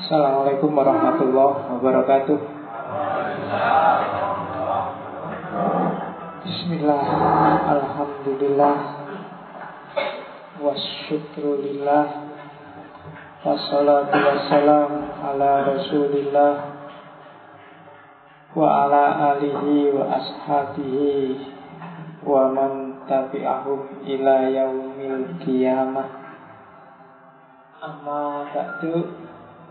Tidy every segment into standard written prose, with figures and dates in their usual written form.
Assalamualaikum warahmatullahi wabarakatuh. Bismillah, alhamdulillah, wassyukrulillah, wassalatu wassalam ala rasulillah wa ala alihi wa ashabihi wa man tabi'ahum ila yaumil qiyamah. Amma ba'du.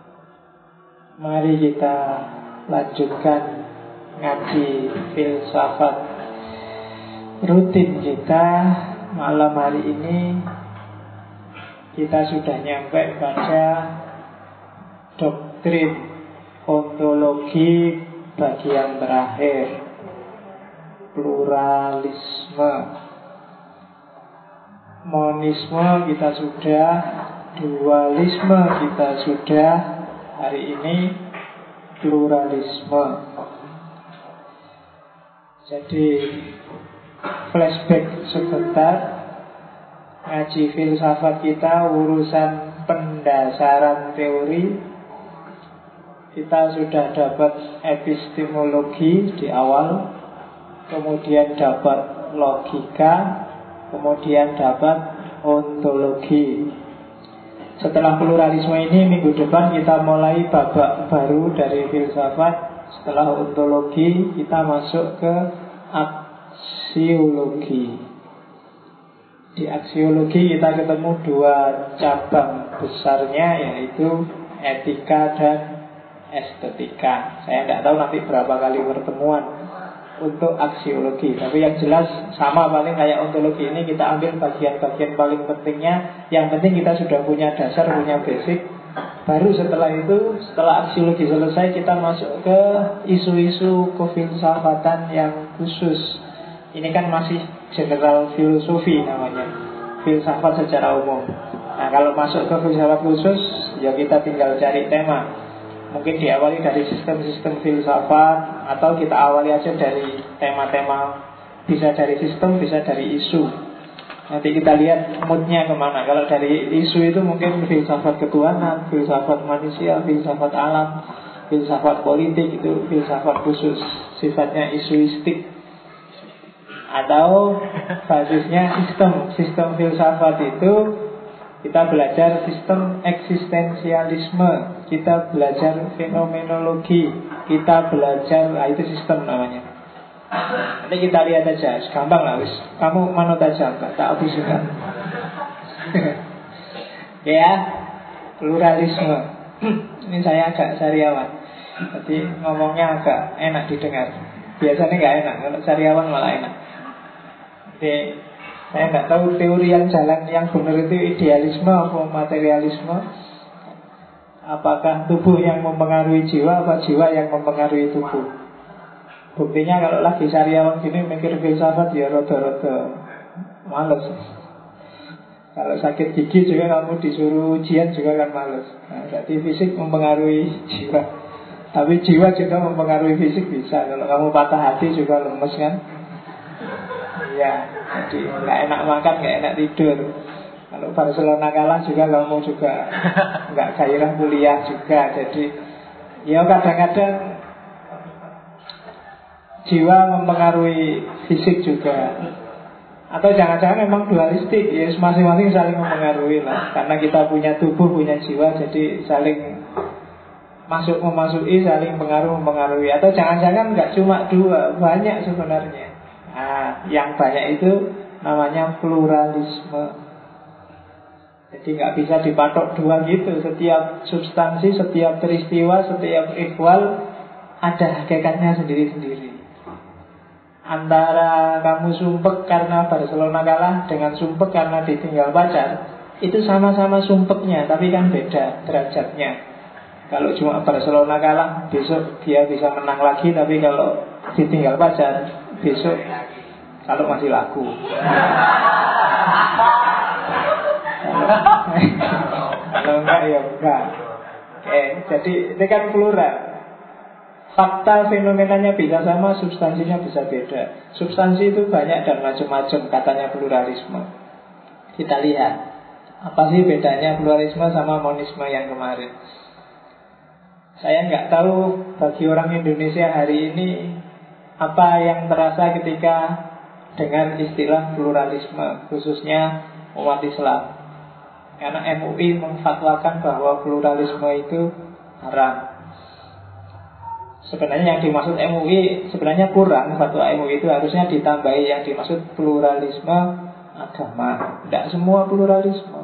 Mari kita lanjutkan ngaji filsafat rutin kita. Malam hari ini kita sudah nyampe pada doktrin ontologi bagian terakhir, pluralisme. Monisme kita sudah, dualisme kita sudah. Hari ini pluralisme. Jadi flashback sebentar. Ngaji filsafat kita urusan pendasaran teori. Kita sudah dapat epistemologi di awal, kemudian dapat logika, kemudian dapat ontologi. Setelah pluralisme ini, minggu depan kita mulai babak baru dari filsafat. Setelah ontologi, kita masuk ke aksiologi. Di aksiologi kita ketemu dua cabang besarnya, yaitu etika dan estetika. Saya tidak tahu nanti berapa kali pertemuan untuk aksiologi, tapi yang jelas sama paling kayak ontologi ini. Kita ambil bagian-bagian paling pentingnya. Yang penting kita sudah punya dasar, punya basic. Baru setelah itu, setelah aksiologi selesai, kita masuk ke isu-isu kefilsafatan yang khusus. Ini kan masih general filosofi namanya, filsafat secara umum. Nah, kalau masuk ke filsafat khusus, ya kita tinggal cari tema. Mungkin diawali dari sistem-sistem filsafat, atau kita awali aja dari tema-tema. Bisa dari sistem, bisa dari isu. Nanti kita lihat moodnya kemana. Kalau dari isu itu mungkin filsafat ketuhanan, filsafat manusia, filsafat alam, filsafat politik. Itu filsafat khusus, sifatnya isuistik. Atau basisnya sistem filsafat itu kita belajar sistem eksistensialisme, kita belajar fenomenologi, kita belajar, itu sistem namanya. Nanti kita lihat aja, gampang lah wis. Kamu manut aja, tak habis juga. Ya, pluralisme. Ini saya agak sariawan, jadi ngomongnya agak enak didengar. Biasanya nggak enak, kalau sariawan malah enak. Oke. Saya nggak tahu teori yang jalan yang benar itu idealisme atau materialisme. Apakah tubuh yang mempengaruhi jiwa, apa jiwa yang mempengaruhi tubuh? Buktinya kalau lagi sariawan gini mikir filsafat ya rada-rada males. Kalau sakit gigi juga kamu disuruh ujian juga kan males. Nah, jadi fisik mempengaruhi jiwa, tapi jiwa juga mempengaruhi fisik bisa. Kalau kamu patah hati juga lemes kan. Ya, jadi nggak enak makan, nggak enak tidur. Kalau Barcelona kalah juga kamu juga nggak gairah kuliah juga. Jadi ya kadang-kadang jiwa mempengaruhi fisik juga. Atau jangan-jangan memang dualistik, ya masing-masing saling mempengaruhi lah. Karena kita punya tubuh, punya jiwa, jadi saling memasuki, saling mempengaruhi. Atau jangan-jangan nggak cuma dua, banyak sebenarnya. Nah, yang banyak itu namanya pluralisme. Jadi nggak bisa dipatok dua gitu. Setiap substansi, setiap peristiwa, setiap ikhwal ada hakikatnya sendiri-sendiri. Antara kamu sumpek karena Barcelona kalah dengan sumpek karena ditinggal pacar, itu sama-sama sumpeknya, tapi kan beda derajatnya. Kalau cuma Barcelona kalah, besok dia bisa menang lagi. Tapi kalau ditinggal pacar, besok kalau masih laku. Kalau enggak ya enggak. Oke, jadi ini kan plural. Fakta fenomenanya bisa sama, substansinya bisa beda. Substansi itu banyak dan macam-macam, katanya pluralisme. Kita lihat apa sih bedanya pluralisme sama monisme yang kemarin. Saya nggak tahu bagi orang Indonesia hari ini apa yang terasa ketika dengar istilah pluralisme, khususnya umat Islam. Karena MUI memfatwakan bahwa pluralisme itu haram. Sebenarnya yang dimaksud MUI sebenarnya kurang. Fatwa MUI itu harusnya ditambahi yang dimaksud pluralisme agama. Tidak semua pluralisme.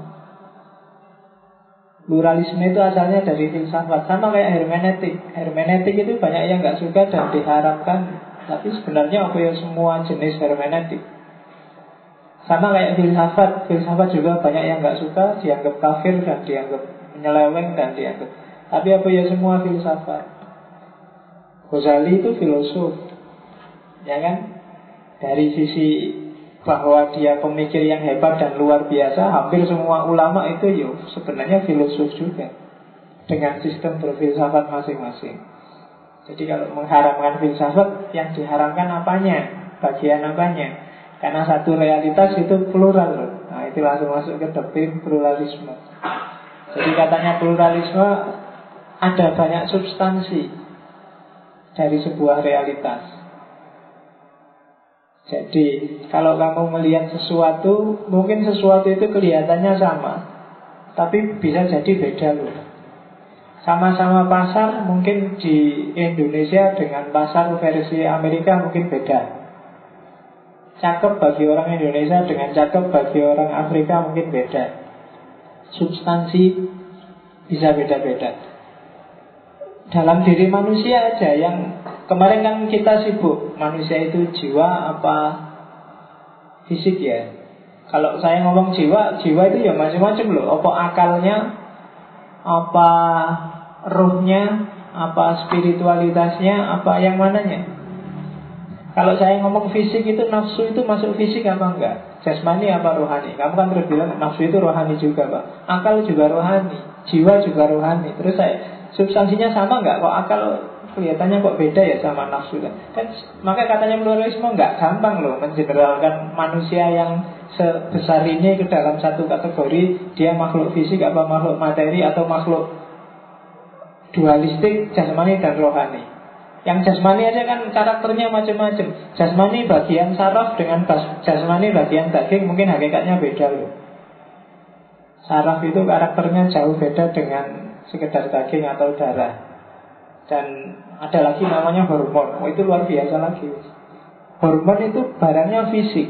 Pluralisme itu asalnya dari filsafat. Sama kayak hermeneutik. Hermeneutik itu banyak yang nggak suka dan diharapkan. Tapi sebenarnya apa ya semua jenis hermeneutik. Sama kayak filsafat. Filsafat juga banyak yang nggak suka, dianggap kafir dan dianggap menyeleweng dan dianggap. Tapi apa ya semua filsafat. Ghazali itu filosof, ya kan? Dari sisi bahwa dia pemikir yang hebat dan luar biasa, hampir semua ulama itu ya sebenarnya filosof juga, dengan sistem berfilsafat masing-masing. Jadi kalau mengharamkan filsafat, yang diharamkan apanya? Bagian apanya? Karena satu realitas itu plural. Nah itu langsung masuk ke doktrin pluralisme. Jadi katanya pluralisme ada banyak substansi dari sebuah realitas. Jadi kalau kamu melihat sesuatu, mungkin sesuatu itu kelihatannya sama, tapi bisa jadi beda loh. Sama-sama pasar, mungkin di Indonesia dengan pasar versi Amerika mungkin beda. Cakep bagi orang Indonesia dengan cakep bagi orang Afrika mungkin beda. Substansi bisa beda-beda. Dalam diri manusia aja, yang kemarin kan kita sibuk manusia itu jiwa apa fisik ya. Kalau saya ngomong jiwa, jiwa itu ya macam-macam loh. Apa akalnya, apa ruhnya, apa spiritualitasnya, apa yang mananya. Kalau saya ngomong fisik itu, nafsu itu masuk fisik apa enggak? Jasmani apa rohani? Kamu kan terus bilang nafsu itu rohani juga Pak. Akal juga rohani, jiwa juga rohani. Terus saya, substansinya sama enggak? Kok akal kelihatannya kok beda ya sama nafsu kan? Maka katanya pluralisme enggak gampang loh mengeneralkan manusia yang sebesar ini ke dalam satu kategori. Dia makhluk fisik apa makhluk materi atau makhluk dualistik, jasmani dan rohani. Yang jasmani aja kan karakternya macam-macam. Jasmani bagian saraf dengan jasmani bagian daging mungkin hakikatnya beda loh. Saraf itu karakternya jauh beda dengan sekedar daging atau darah. Dan ada lagi namanya hormon. Oh, itu luar biasa lagi. Hormon itu barangnya fisik,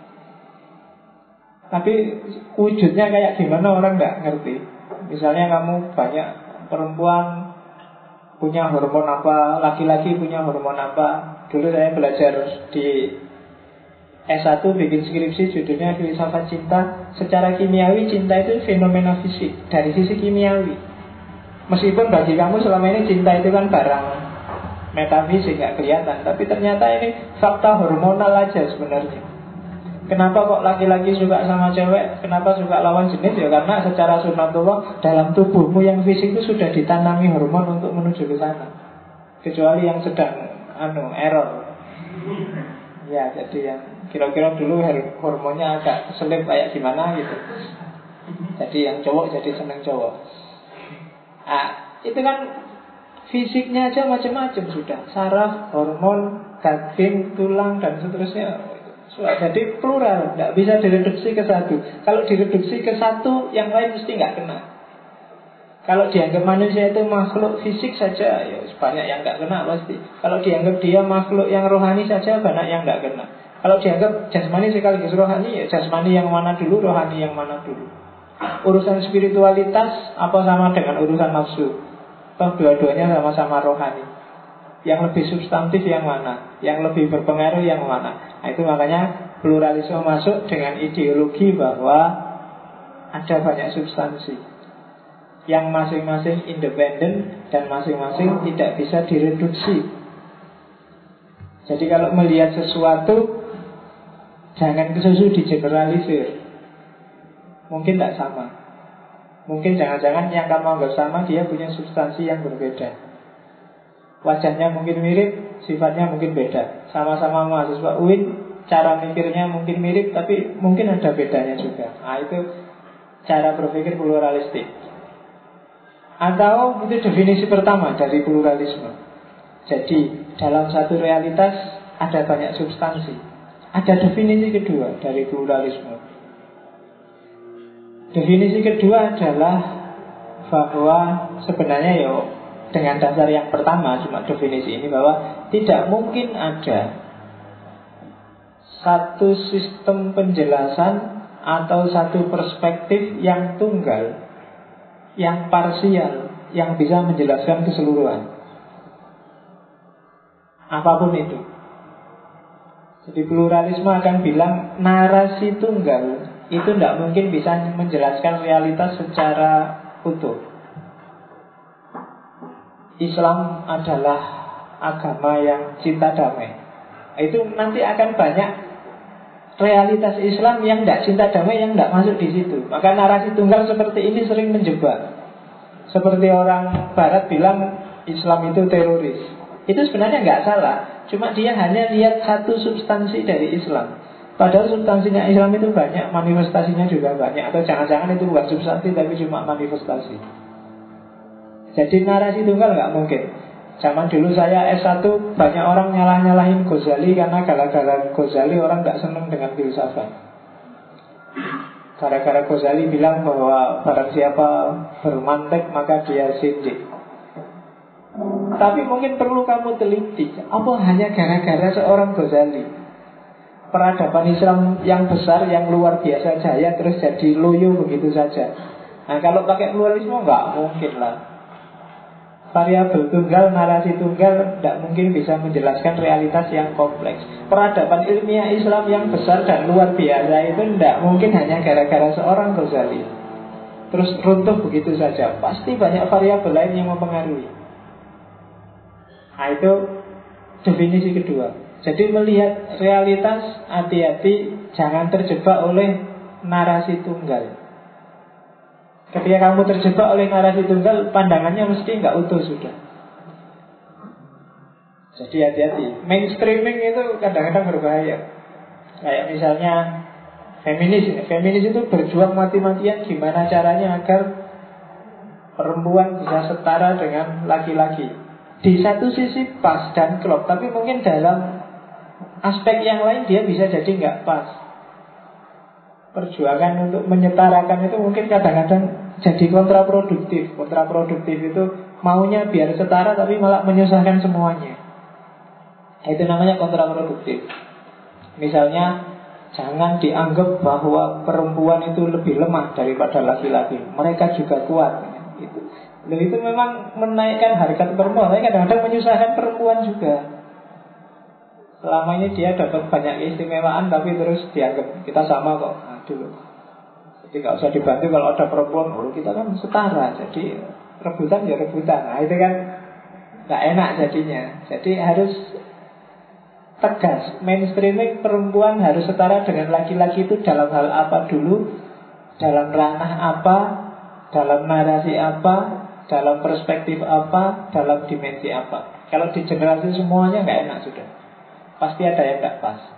tapi wujudnya kayak gimana orang nggak ngerti. Misalnya kamu banyak perempuan punya hormon apa, laki-laki punya hormon apa. Dulu saya belajar di S1 bikin skripsi judulnya Filsafat Cinta. Secara kimiawi cinta itu fenomena fisik dari sisi kimiawi. Meskipun bagi kamu selama ini cinta itu kan barang metafisik, gak kelihatan, tapi ternyata ini fakta hormonal aja sebenarnya. Kenapa kok laki-laki suka sama cewek? Kenapa suka lawan jenis? Ya karena secara sunatullah dalam tubuhmu yang fisik itu sudah ditanami hormon untuk menuju ke sana. Kecuali yang sedang error. Ya, jadi yang kira-kira dulu hormonnya agak keselip kayak gimana gitu. Jadi yang cowok jadi seneng cowok. Itu kan fisiknya aja macam-macam sudah. Saraf, hormon, daging, tulang dan seterusnya. Jadi plural, tidak bisa direduksi ke satu. Kalau direduksi ke satu, yang lain mesti nggak kena. Kalau dianggap manusia itu makhluk fisik saja, ya banyak yang nggak kena pasti. Kalau dianggap dia makhluk yang rohani saja, banyak yang nggak kena. Kalau dianggap jasmani sekaligus rohani, ya jasmani yang mana dulu, rohani yang mana dulu. Urusan spiritualitas apa sama dengan urusan nafsu? Toh dua-duanya sama-sama rohani. Yang lebih substantif yang mana? Yang lebih berpengaruh yang mana? Nah itu makanya pluralisme masuk dengan ideologi bahwa ada banyak substansi yang masing-masing independen dan masing-masing tidak bisa direduksi. Jadi kalau melihat sesuatu, jangan kesusu digeneralisir. Mungkin tak sama. Mungkin jangan-jangan yang kamu anggap sama, dia punya substansi yang berbeda. Wajahnya mungkin mirip, sifatnya mungkin beda. Sama-sama mahasiswa UIN, cara mikirnya mungkin mirip, tapi mungkin ada bedanya juga. Nah itu cara berpikir pluralistik. Atau itu definisi pertama dari pluralisme. Jadi dalam satu realitas ada banyak substansi. Ada definisi kedua dari pluralisme. Definisi kedua adalah bahwa sebenarnya dengan dasar yang pertama, cuma definisi ini, bahwa tidak mungkin ada satu sistem penjelasan atau satu perspektif yang tunggal, yang parsial, yang bisa menjelaskan keseluruhan apapun itu. Jadi pluralisme akan bilang narasi tunggal itu tidak mungkin bisa menjelaskan realitas secara utuh. Islam adalah agama yang cinta damai. Itu nanti akan banyak realitas Islam yang tidak cinta damai, yang tidak masuk di situ. Maka narasi tunggal seperti ini sering menjebak. Seperti orang Barat bilang Islam itu teroris. Itu sebenarnya nggak salah. Cuma dia hanya lihat satu substansi dari Islam. Padahal substansinya Islam itu banyak, manifestasinya juga banyak. Atau jangan-jangan itu bukan substansi tapi cuma manifestasi. Jadi narasi tunggal nggak mungkin. Zaman dulu saya S1 banyak orang nyalah-nyalahin Ghazali karena gara-gara Ghazali orang nggak senang dengan filsafat. Gara-gara Ghazali bilang bahwa barang siapa bermantek maka dia sindik. Tapi mungkin perlu kamu teliti, apa hanya gara-gara seorang Ghazali, peradaban Islam yang besar, yang luar biasa jaya, terus jadi loyo begitu saja. Nah kalau pakai pluralisme nggak mungkin lah. Variabel tunggal, narasi tunggal tidak mungkin bisa menjelaskan realitas yang kompleks. Peradaban ilmiah Islam yang besar dan luar biasa itu tidak mungkin hanya gara-gara seorang Ghazali terus runtuh begitu saja. Pasti banyak variabel lain yang mempengaruhi. Nah itu definisi kedua. Jadi melihat realitas, hati-hati jangan terjebak oleh narasi tunggal. Ketika kamu terjebak oleh narasi tunggal, pandangannya mesti nggak utuh sudah. Jadi hati-hati. Mainstreaming itu kadang-kadang berbahaya. Kayak misalnya feminis. Feminis itu berjuang mati-matian gimana caranya agar perempuan bisa setara dengan laki-laki. Di satu sisi pas dan klop, tapi mungkin dalam aspek yang lain dia bisa jadi nggak pas. Perjuangan untuk menyetarakan itu mungkin kadang-kadang jadi kontraproduktif. Kontraproduktif itu maunya biar setara tapi malah menyusahkan semuanya. Itu namanya kontraproduktif. Misalnya jangan dianggap bahwa perempuan itu lebih lemah daripada laki-laki. Mereka juga kuat. Itu memang menaikkan harkat perempuan, tapi kadang-kadang menyusahkan perempuan juga. Selama ini dia dapat banyak keistimewaan, tapi terus dianggap kita sama kok. Aduh, jadi gak usah dibantu kalau ada perempuan. Kita kan setara, jadi rebutan ya rebutan. Nah itu kan gak enak jadinya. Jadi harus tegas. Mainstreaming perempuan harus setara dengan laki-laki itu dalam hal apa dulu, dalam ranah apa, dalam narasi apa, dalam perspektif apa, dalam dimensi apa. Kalau di generasi semuanya nggak enak sudah. Pasti ada yang nggak pas.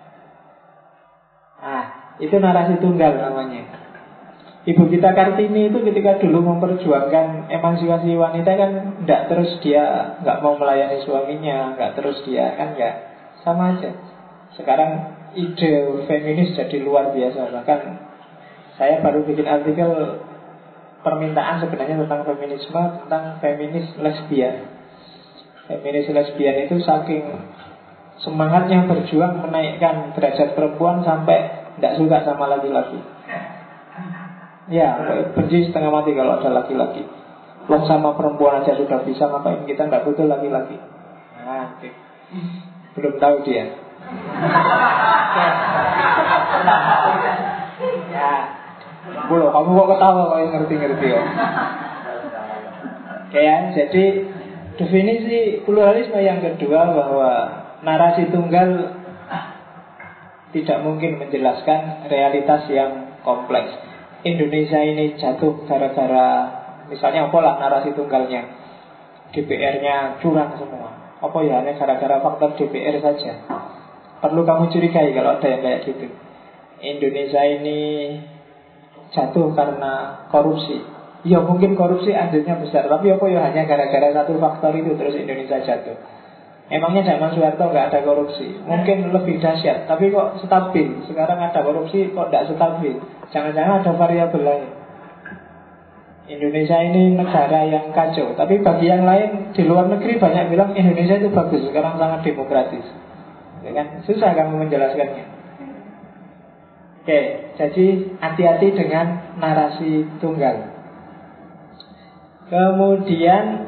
Nah, itu narasi tunggal namanya. Ibu kita Kartini itu ketika dulu memperjuangkan emansipasi wanita kan nggak terus dia nggak mau melayani suaminya, nggak terus dia kan nggak, sama aja. Sekarang ide feminis jadi luar biasa. Bahkan saya baru bikin artikel permintaan sebenarnya tentang feminisme, tentang feminis lesbian. Feminis lesbian itu saking semangatnya berjuang menaikkan derajat perempuan sampai tidak suka sama laki-laki. Ya, benci setengah mati kalau ada laki-laki. Loh sama perempuan aja sudah bisa, ngapain kita tidak butuh laki-laki. Nah, okay. Belum tahu dia. Ya. Bulu, kamu kok ketawa kok yang ngerti-ngerti ya. Oke ya, jadi definisi pluralisme yang kedua bahwa narasi tunggal tidak mungkin menjelaskan realitas yang kompleks. Indonesia ini jatuh gara-gara misalnya apalah narasi tunggalnya, DPR-nya curang semua. Apa ya, hanya gara-gara faktor DPR saja. Perlu kamu curigai kalau ada yang kayak gitu. Indonesia ini jatuh karena korupsi. Ya mungkin korupsi andilnya besar, tapi apa ya hanya gara-gara satu faktor itu terus Indonesia jatuh. Emangnya zaman Soeharto nggak ada korupsi? Mungkin lebih dahsyat, tapi kok stabil. Sekarang ada korupsi kok tidak stabil. Jangan-jangan ada variabel lain. Indonesia ini negara yang kacau, tapi bagi yang lain di luar negeri banyak bilang Indonesia itu bagus, sekarang sangat demokratis. Ya kan? Susah kamu menjelaskannya. Oke, jadi hati-hati dengan narasi tunggal. Kemudian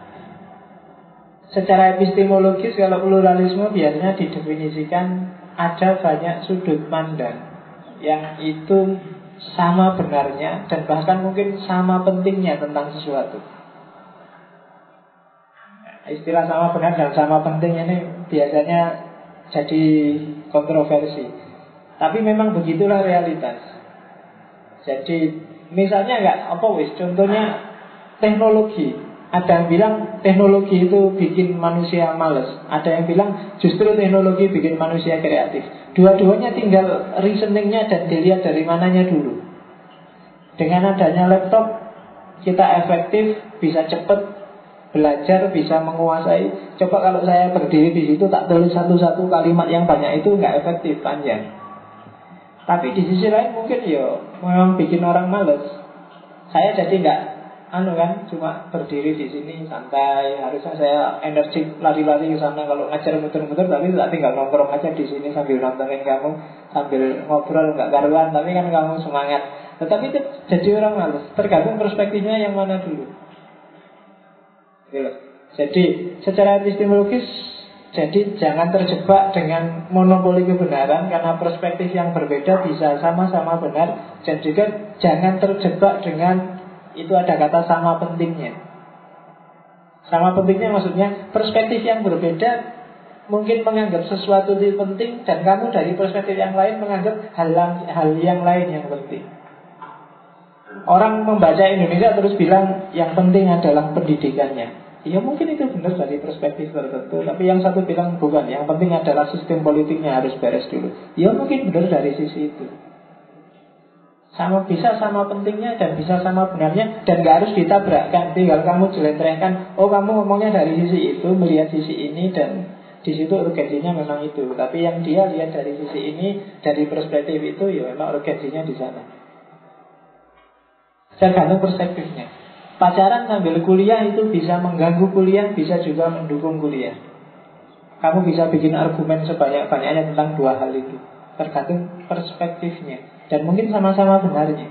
secara epistemologis, kalau pluralisme biasanya didefinisikan ada banyak sudut pandang yang itu sama benarnya dan bahkan mungkin sama pentingnya tentang sesuatu. Istilah sama benar dan sama penting ini biasanya jadi kontroversi. Tapi memang begitulah realitas. Jadi misalnya contohnya teknologi. Ada yang bilang teknologi itu bikin manusia malas. Ada yang bilang justru teknologi bikin manusia kreatif. Dua-duanya tinggal reasoningnya dan dilihat dari mananya dulu. Dengan adanya laptop kita efektif, bisa cepat belajar, bisa menguasai. Coba kalau saya berdiri di situ tak tulis satu-satu kalimat yang banyak, itu nggak efektif, panjang. Tapi di sisi lain mungkin memang bikin orang malas. Saya jadi nggak cuma berdiri di sini santai. Harusnya saya energi lari-lari ke sana kalau ngajar muter-muter, tapi tak tinggal nongkrong aja di sini sambil nontonin kamu, sambil ngobrol nggak karuan, tapi kan kamu semangat. Tetapi itu jadi orang malas. Tergantung perspektifnya yang mana dulu. Jadi secara epistemologis, jadi jangan terjebak dengan monopoli kebenaran, karena perspektif yang berbeda bisa sama-sama benar. Dan juga jangan terjebak dengan itu ada kata sama pentingnya. Sama pentingnya maksudnya perspektif yang berbeda mungkin menganggap sesuatu itu penting, dan kamu dari perspektif yang lain menganggap hal yang lain yang penting. Orang membaca Indonesia terus bilang yang penting adalah pendidikannya. Ya mungkin itu benar dari perspektif tertentu, tapi yang satu bilang bukan, yang penting adalah sistem politiknya harus beres dulu. Ya mungkin benar dari sisi itu. Bisa sama pentingnya dan bisa sama benarnya, dan gak harus ditabrakkan. Tinggal kamu jelentrehkan, kamu ngomongnya dari sisi itu, melihat sisi ini, dan di situ urgensinya memang itu. Tapi yang dia lihat dari sisi ini, dari perspektif itu, ya memang urgensinya di sana. Tergantung perspektifnya. Pacaran sambil kuliah itu bisa mengganggu kuliah, bisa juga mendukung kuliah. Kamu bisa bikin argumen sebanyak-banyaknya tentang dua hal itu. Tergantung perspektifnya. Dan mungkin sama-sama benarnya.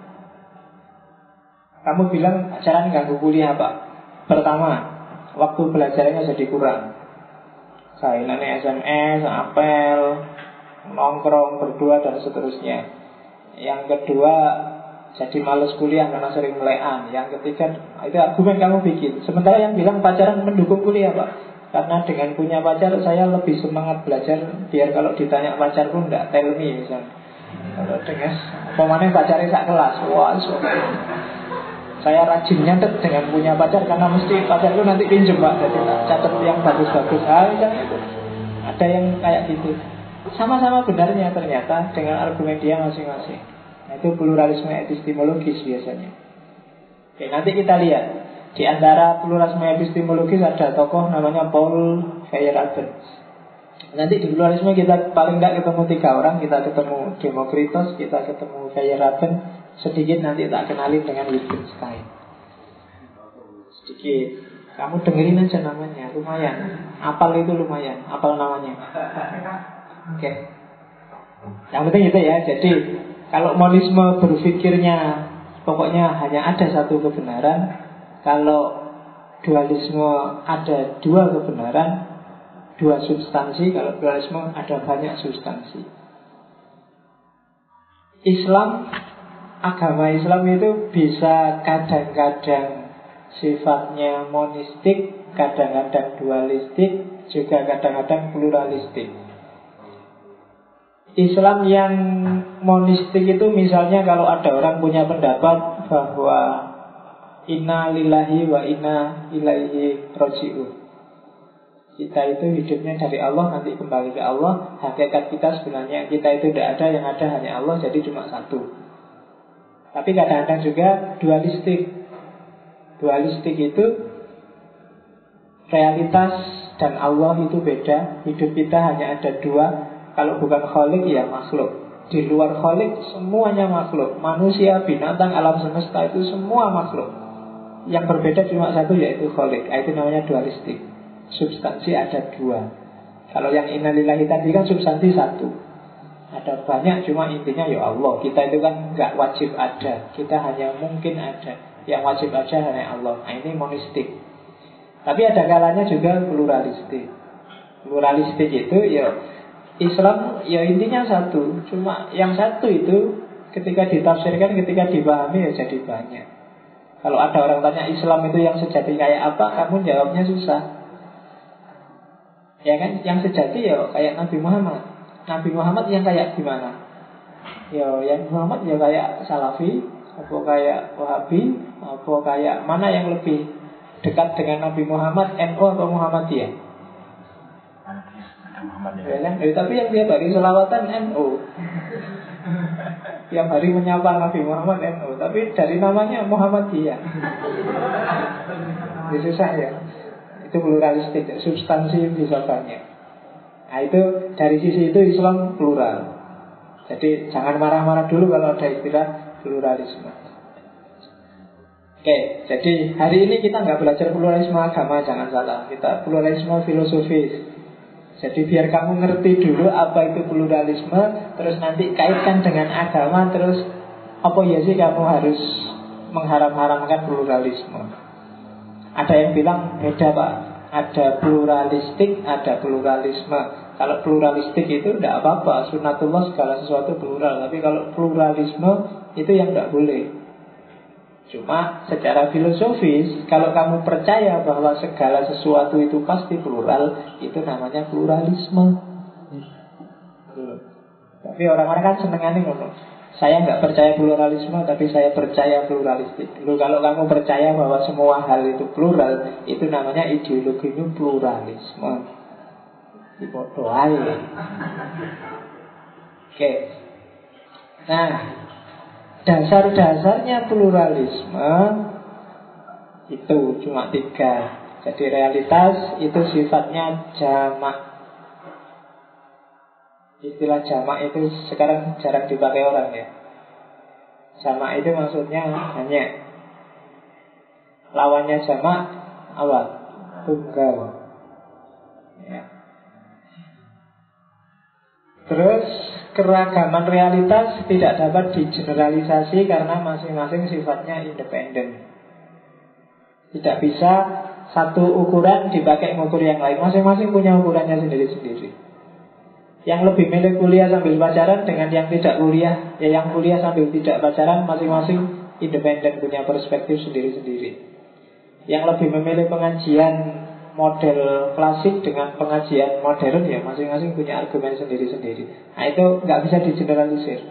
Kamu bilang pacaran ganggu kuliah Pak. Pertama, waktu belajarnya jadi kurang. Sainannya SMS, apel, nongkrong berdua dan seterusnya. Yang kedua, jadi males kuliah karena sering melekan. Yang ketiga, itu argumen kamu bikin. Sementara yang bilang pacaran mendukung kuliah Pak, karena dengan punya pacar saya lebih semangat belajar. Biar kalau ditanya pacar pun enggak tell me misalnya. Kalau dengan pemanen pacarnya sak kelas, wah saya rajin nyatet dengan punya pacar, karena mesti pacarku nanti pinjem Pak, jadi catat yang bagus-bagus. Ada yang kayak gitu. Sama-sama benarnya ternyata dengan argumen dia masing-masing. Nah, itu pluralisme epistemologis biasanya. Oke, nanti kita lihat. Di antara pluralisme epistemologis ada tokoh namanya Paul Feyerabend. Nanti di pluralisme kita paling tidak ketemu 3 orang. Kita ketemu Demokritos, kita ketemu Feyerabend. Sedikit nanti tak kenalin dengan Wittgenstein. Sedikit. Kamu dengerin aja namanya, lumayan. Apal itu lumayan, apal namanya. Oke. Yang penting itu ya. Jadi kalau monisme berpikirnya pokoknya hanya ada satu kebenaran. Kalau dualisme ada 2 kebenaran, 2 substansi. Kalau pluralisme ada banyak substansi. Agama Islam itu bisa kadang-kadang sifatnya monistik, kadang-kadang dualistik, juga kadang-kadang pluralistik. Islam yang monistik itu misalnya kalau ada orang punya pendapat bahwa inna lillahi wa inna ilaihi raji'un, kita itu hidupnya dari Allah, nanti kembali ke Allah. Hakikat kita sebenarnya kita itu tidak ada, yang ada hanya Allah, jadi cuma satu. Tapi kadang-kadang juga dualistik. Dualistik itu realitas dan Allah itu beda. Hidup kita hanya ada dua. Kalau bukan Khalik ya makhluk. Di luar Khalik semuanya makhluk. Manusia, binatang, alam semesta itu semua makhluk. Yang berbeda cuma satu, yaitu Khalik. Itu namanya dualistik. Substansi ada dua. Kalau yang innalillahi tadi kan substansi satu. Ada banyak, cuma intinya ya Allah. Kita itu kan gak wajib ada. Kita hanya mungkin ada. Yang wajib ada hanya Allah. Nah, ini monistik. Tapi ada kalanya juga pluralistik. Pluralistik itu ya Islam ya intinya satu. Cuma yang satu itu ketika ditafsirkan, ketika dipahami ya jadi banyak. Kalau ada orang tanya Islam itu yang sejati kayak apa, kamu jawabnya susah. Ya kan, yang sejati ya kayak Nabi Muhammad. Nabi Muhammad yang kayak gimana? Ya yang Muhammad ya kayak Salafi, apa kayak Wahabi, apa kayak mana yang lebih dekat dengan Nabi Muhammad, NU atau Muhammadiyah? Ya kan? Tapi yang tiap hari selawatan NU, yang hari menyapa Nabi Muhammad NU, tapi dari namanya Muhammadiyah. Ini susah ya. Itu pluralistik, substansi bisa banyak. Nah itu dari sisi itu Islam plural. Jadi jangan marah-marah dulu kalau ada istilah pluralisme. Oke, jadi hari ini kita nggak belajar pluralisme agama, jangan salah. Kita pluralisme filosofis. Jadi biar kamu ngerti dulu apa itu pluralisme, terus nanti kaitkan dengan agama, terus apa ya sih kamu harus mengharam-haramkan pluralisme. Ada yang bilang beda Pak, ada pluralistik, ada pluralisme. Kalau pluralistik itu tidak apa-apa, sunatullah segala sesuatu plural. Tapi kalau pluralisme itu yang tidak boleh. Cuma secara filosofis, kalau kamu percaya bahwa segala sesuatu itu pasti plural, itu namanya pluralisme. Tapi orang-orang kan senengannya ngomong, saya nggak percaya pluralisme, tapi saya percaya pluralistik. Lalu kalau kamu percaya bahwa semua hal itu plural, itu namanya ideologinya pluralisme. Bodoh aja. Oke. Nah, dasar-dasarnya pluralisme itu cuma 3. Jadi realitas itu sifatnya jamak. Istilah jamak itu sekarang jarang dipakai orang ya. Jamak itu maksudnya banyak. Lawannya jamak apa? Tunggal ya. Terus keragaman realitas tidak dapat digeneralisasi karena masing-masing sifatnya independen. Tidak bisa satu ukuran dipakai mengukur yang lain. Masing-masing punya ukurannya sendiri-sendiri. Yang lebih milih kuliah sambil pacaran dengan yang tidak kuliah, ya yang kuliah sambil tidak pacaran, masing-masing independen, punya perspektif sendiri-sendiri. Yang lebih memilih pengajian model klasik dengan pengajian modern, ya masing-masing punya argumen sendiri-sendiri. Nah itu nggak bisa digeneralisir.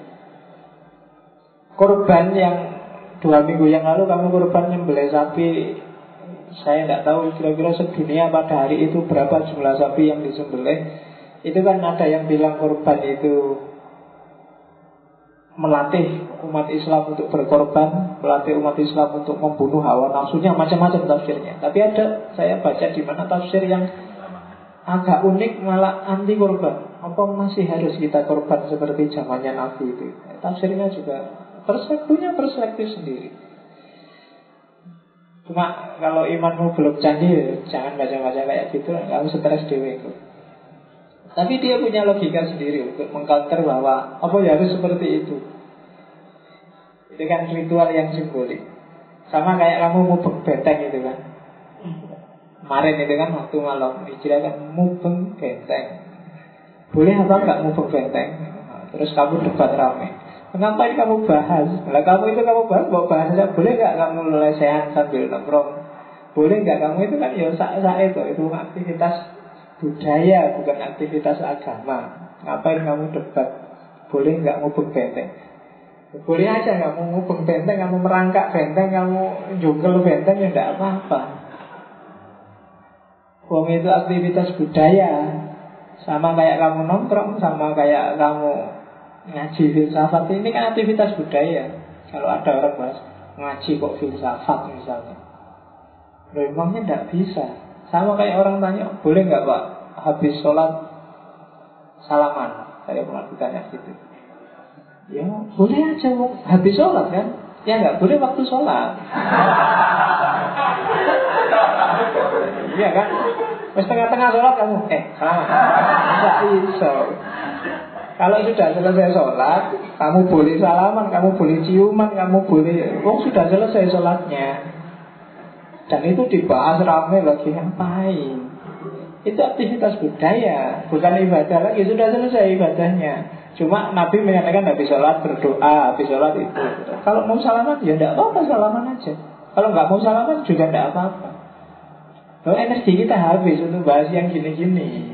Korban yang 2 minggu yang lalu kamu korban nyembelih sapi, saya nggak tahu kira-kira sedunia pada hari itu berapa jumlah sapi yang disembelih. Itu kan ada yang bilang korban itu melatih umat Islam untuk berkorban, melatih umat Islam untuk membunuh hawa nafsunya, macam-macam tafsirnya. Tapi ada, saya baca di mana tafsir yang agak unik malah anti korban. Apa masih harus kita korban seperti zamannya Nabi itu? Tafsirnya juga punya perspektif sendiri. Cuma kalau imanmu belum canggih, jangan baca-baca kayak gitu, kamu stres dewe itu. Tapi dia punya logika sendiri untuk mengcounter bahwa apa ya harus seperti itu. Itu kan ritual yang simbolik. Sama kayak kamu mubeng benteng itu kan. Kemarin itu kan waktu malam Hijrah kan mubeng benteng. Boleh apa enggak mubeng benteng? Terus kamu debat rame. Ngapain kamu bahas? Lah kamu itu kamu bahas, bawa bahasa. Boleh enggak kamu lesehan sambil nongkrong? Boleh enggak kamu itu kan ya sak-sak itu aktivitas budaya, bukan aktivitas agama. Ngapain kamu debat? Boleh nggak ngubeng benteng? Boleh aja kamu ngubeng benteng, kamu merangkak benteng, kamu jungkel benteng, ya nggak apa-apa. Wong itu aktivitas budaya. Sama kayak kamu nongkrong, sama kayak kamu ngaji filsafat. Ini kan aktivitas budaya. Kalau ada orang bahas ngaji kok filsafat misalnya, loh emangnya tidak bisa. Sama kayak orang tanya, boleh nggak Pak habis sholat salaman? Saya pernah ditanya gitu. Ya boleh aja habis sholat kan. Ya nggak boleh waktu sholat. Iya kan. Tengah-tengah sholat kamu salaman. Nggak bisa. Kalau sudah selesai sholat, kamu boleh salaman, kamu boleh ciuman, kamu boleh. Sudah selesai sholatnya. Dan itu dibahas ramai lagi, ngapain? Itu aktivitas budaya, bukan ibadah lagi. Sudah selesai ibadahnya. Cuma Nabi menyatakan habis sholat berdoa, habis sholat itu. Kalau mau salaman, ya tidak apa-apa, salaman aja. Kalau nggak mau salaman juga tidak apa-apa. Kalau energi kita habis untuk bahas yang gini-gini.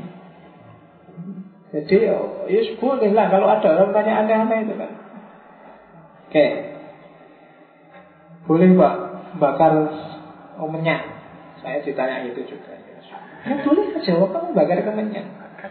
Jadi ya boleh lah kalau ada orang tanya aneh-aneh itu kan. Oke. Boleh Pak bakar menyan? Saya ditanya gitu juga. Ya boleh aja, kamu bakar kemenyan.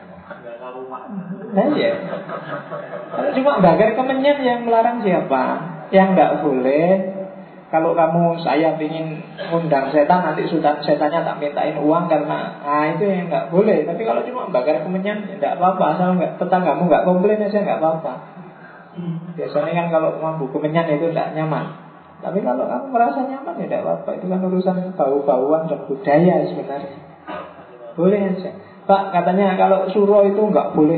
Nah ya. Kalau cuma bakar kemenyan yang melarang siapa? Yang nggak boleh. Kalau saya ingin undang setan, nanti setannya tak mintain uang karena itu yang nggak boleh. Tapi kalau cuma bakar kemenyan, ya nggak apa-apa. Asal tetanggamu nggak komplain aja nggak apa-apa. Biasanya kan kalau mampu kemenyan itu nggak nyaman. Tapi kalau kamu merasa nyaman ya nggak apa-apa. Itu kan urusan bau-bauan dan budaya sebenarnya. Boleh aja. Pak katanya kalau suro itu nggak boleh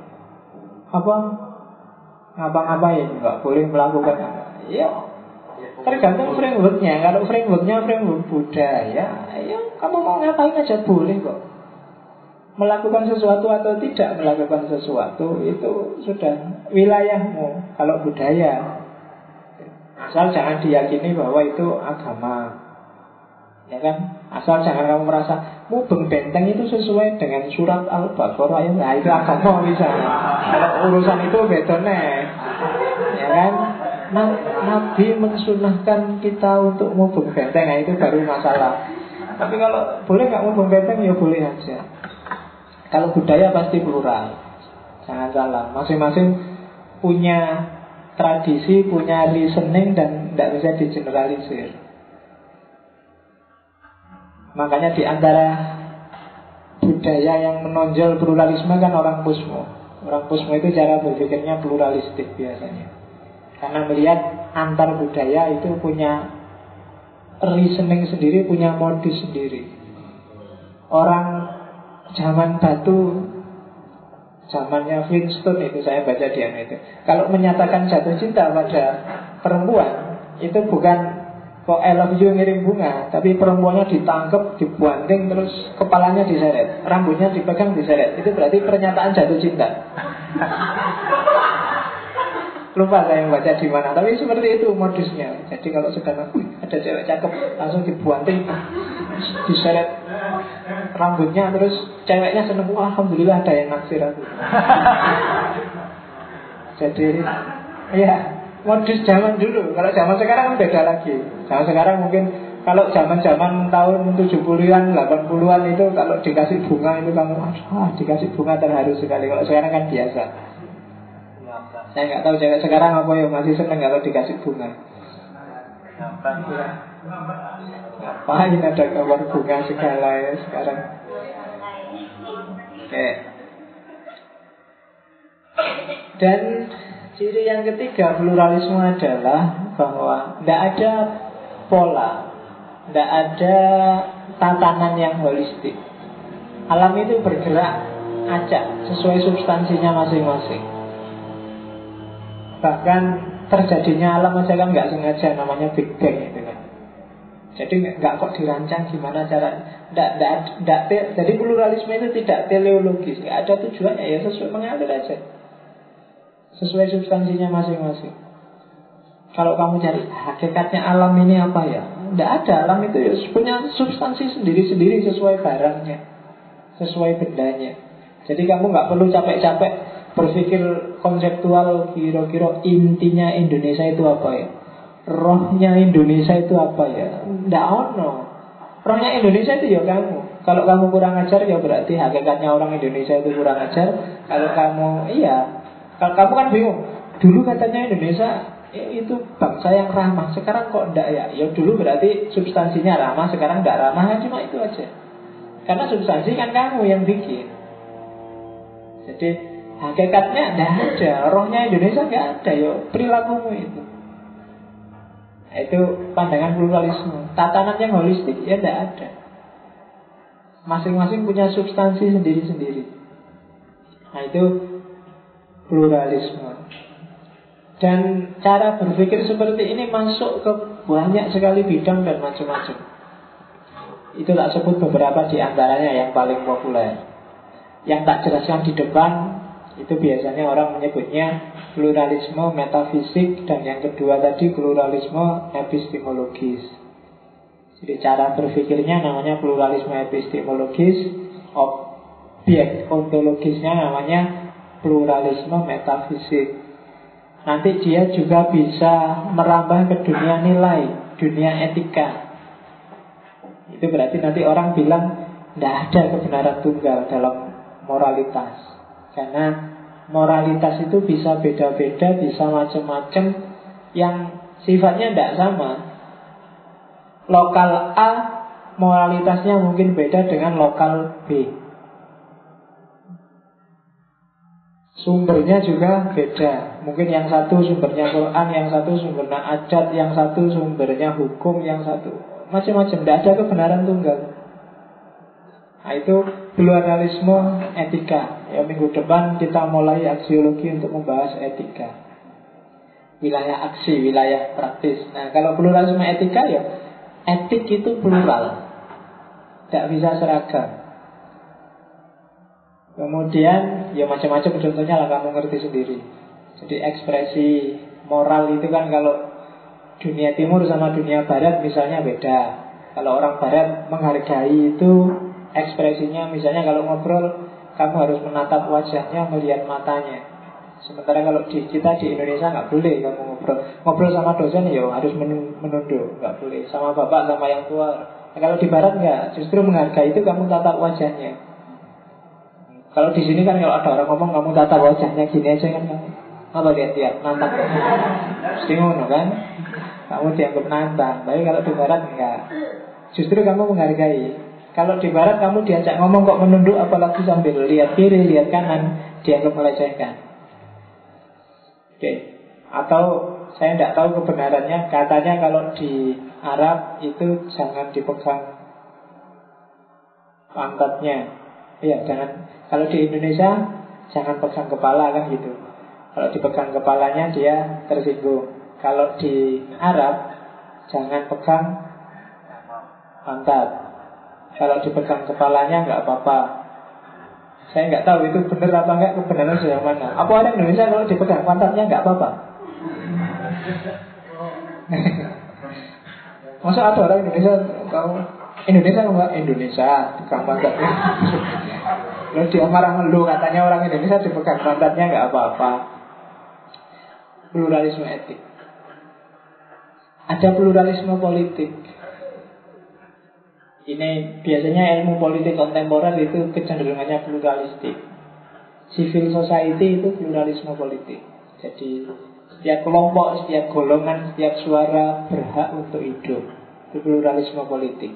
ngapa-ngapain, nggak boleh melakukan ya. Tergantung frameworknya. Kalau frameworknya framework budaya, ya kamu mau ngapain aja boleh kok. Melakukan sesuatu atau tidak melakukan sesuatu itu sudah wilayahmu. Kalau budaya, asal jangan diyakini bahwa itu agama, ya kan? Asal jangan kamu merasa mubeng benteng itu sesuai dengan surat Al-Baqarah, ya nah, itu agama misalnya. Kalau urusan itu bedone, ya kan? Nabi mensunahkan kita untuk mubeng benteng, nah itu baru masalah. Tapi kalau boleh nggak mubeng benteng ya boleh aja. Kalau budaya pasti plural, jangan salah. Masing-masing punya tradisi, punya reasoning dan tidak bisa digeneralisir. Makanya di antara budaya yang menonjol pluralisme kan orang Pusmo. Orang Pusmo itu cara berpikirnya pluralistik biasanya. Karena melihat antar budaya itu punya reasoning sendiri, punya modus sendiri. Orang zaman batu, zamannya Flintstone itu saya baca di itu. Kalau menyatakan jatuh cinta pada perempuan, itu bukan kok I love you ngirim bunga, tapi perempuannya ditangkap, dibuanting, terus kepalanya diseret, rambutnya dipegang diseret. Itu berarti pernyataan jatuh cinta. Lupa saya baca di mana, tapi seperti itu modusnya. Jadi kalau sudah ada cewek cakep, langsung dibuanting, diseret rambutnya, terus ceweknya seneng, alhamdulillah ada yang naksir aku. Jadi ya modus zaman dulu. Kalau zaman sekarang kan beda lagi. Zaman sekarang mungkin kalau zaman-zaman tahun 70-an, 80-an itu kalau dikasih bunga itu kamu dikasih bunga terharu sekali. Kalau sekarang kan biasa. Saya nggak tahu cewek sekarang apa ya, masih seneng kalau dikasih bunga. Ngapain ada gambar bunga segala ya sekarang. Oke. Dan ciri yang ketiga pluralisme adalah bahwa tidak ada pola, tidak ada tatanan yang holistik. Alam itu bergerak acak sesuai substansinya masing-masing. Bahkan terjadinya alam aja kan nggak sengaja, namanya Big Bang itu kan. Jadi nggak kok dirancang gimana cara. Jadi pluralisme itu tidak teleologis, nggak ada tujuannya, ya sesuai mengalir aja, sesuai substansinya masing-masing. Kalau kamu cari hakikatnya alam ini apa ya, nggak ada. Alam itu ya punya substansi sendiri-sendiri sesuai barangnya, sesuai bendanya. Jadi kamu nggak perlu capek-capek berpikir konseptual kira-kira intinya Indonesia itu apa ya, rohnya Indonesia itu apa ya. Nggak ono. Rohnya Indonesia itu ya kamu. Kalau kamu kurang ajar ya berarti hakikatnya orang Indonesia itu kurang ajar. Kalau kamu kalau kamu kan bingung, dulu katanya Indonesia itu bangsa yang ramah, sekarang kok enggak ya? Ya dulu berarti substansinya ramah, sekarang enggak ramah, cuma itu aja. Karena substansi kan kamu yang bikin. Jadi hakikatnya enggak ada, rohnya Indonesia enggak ada, ya perilakumu itu. Nah, itu pandangan pluralisme. Tatanan yang holistik ya enggak ada. Masing-masing punya substansi sendiri-sendiri. Nah itu pluralisme. Dan cara berpikir seperti ini masuk ke banyak sekali bidang dan macam-macam. Itu tak sebut beberapa di antaranya yang paling populer. Yang tak jelaskan di depan, itu biasanya orang menyebutnya pluralisme metafisik. Dan yang kedua tadi pluralisme epistemologis. Jadi cara berpikirnya namanya pluralisme epistemologis. Objek ontologisnya namanya pluralisme metafisik. Nanti dia juga bisa merambah ke dunia nilai, dunia etika. Itu berarti nanti orang bilang tidak ada kebenaran tunggal dalam moralitas. Karena moralitas itu bisa beda-beda, bisa macam-macam, yang sifatnya tidak sama. Lokal A moralitasnya mungkin beda dengan lokal B. Sumbernya juga beda. Mungkin yang satu sumbernya Quran, yang satu sumbernya adat, yang satu sumbernya hukum, yang satu macam-macam. Tidak ada kebenaran tunggal. Nah itu pluralisme etika. Ya minggu depan kita mulai aksiologi untuk membahas etika. Wilayah aksi, wilayah praktis. Nah kalau pluralisme etika ya etik itu plural, tidak bisa seragam. Kemudian ya macam-macam contohnya lah kamu ngerti sendiri. Jadi ekspresi moral itu kan kalau dunia timur sama dunia barat misalnya beda. Kalau orang barat menghargai itu ekspresinya, misalnya kalau ngobrol kamu harus menatap wajahnya, melihat matanya. Sementara kalau kita di Indonesia nggak boleh kamu ngobrol sama dosen ya harus menunduk, nggak boleh. Sama bapak sama yang tua. Nah, kalau di barat nggak, justru menghargai itu kamu tatap wajahnya. Kalau di sini kan kalau ada orang ngomong kamu tatap wajahnya gini aja kan kamu apa lihat nantang. Mesti ngono kan? Kamu dianggap nantang. Tapi kalau di barat enggak. Justru kamu menghargai. Kalau di barat kamu diajak ngomong kok menunduk, apalagi sambil lihat kiri, lihat kanan, dianggap melecehkan. Oke. Atau saya tidak tahu kebenarannya, katanya kalau di Arab itu jangan dipegang pantatnya. Iya, jangan. Kalau di Indonesia jangan pegang kepala kan gitu. Kalau dipegang kepalanya dia tersinggung. Kalau di Arab jangan pegang pantat. Kalau dipegang kepalanya nggak apa-apa. Saya nggak tahu itu benar apa nggak, kebenaran sejauh mana. Apa orang Indonesia kalau dipegang pantatnya nggak apa-apa? Masa ada orang Indonesia tahu Indonesia enggak? Indonesia pegang pantatnya. Lalu dia marah ngeluh, katanya orang Indonesia dipegang pantatnya nggak apa-apa. Pluralisme etik. Ada pluralisme politik. Ini biasanya ilmu politik kontemporer itu kecenderungannya pluralistik. Civil society itu pluralisme politik. Jadi setiap kelompok, setiap golongan, setiap suara berhak untuk hidup. Itu pluralisme politik.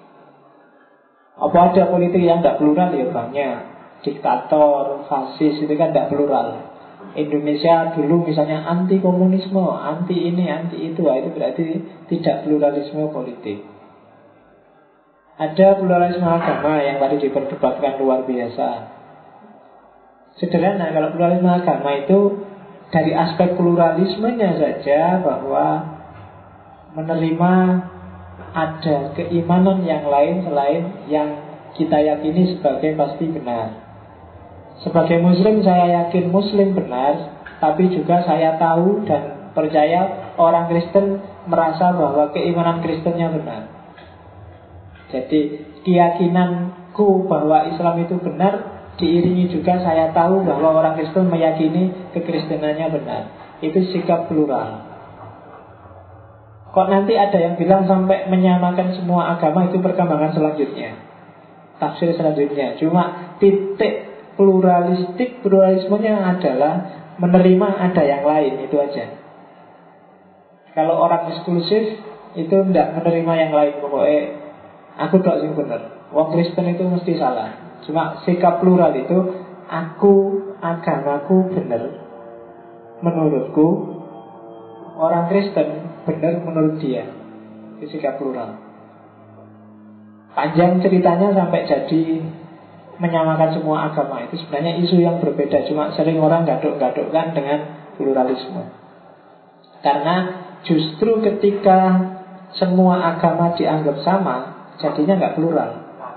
Apa ada politik yang tidak plural? Ya banyak. Diktator, fasis itu kan tidak plural. Indonesia dulu misalnya anti komunisme, anti ini, anti itu. Itu berarti tidak pluralisme politik. Ada pluralisme agama yang tadi diperdebatkan luar biasa. Sederhana, kalau pluralisme agama itu dari aspek pluralismenya saja, bahwa menerima ada keimanan yang lain selain yang kita yakini sebagai pasti benar. Sebagai muslim saya yakin muslim benar, tapi juga saya tahu dan percaya orang Kristen merasa bahwa keimanan Kristennya benar. Jadi keyakinanku bahwa Islam itu benar diiringi juga saya tahu bahwa orang Kristen meyakini kekristenannya benar. Itu sikap plural. Kok nanti ada yang bilang sampai menyamakan semua agama, itu perkembangan selanjutnya, tafsir selanjutnya. Cuma titik pluralismenya adalah menerima ada yang lain, itu aja. Kalau orang eksklusif itu tidak menerima yang lain. Pokoknya aku tok sing bener. Wong Kristen itu mesti salah. Cuma sikap plural itu, agamaku bener menurutku, orang Kristen bener menurut dia. Itu sikap plural. Panjang ceritanya sampai jadi menyamakan semua agama. Itu sebenarnya isu yang berbeda. Cuma sering orang gaduk-gadukkan dengan pluralisme. Karena justru ketika semua agama dianggap sama, jadinya nggak plural.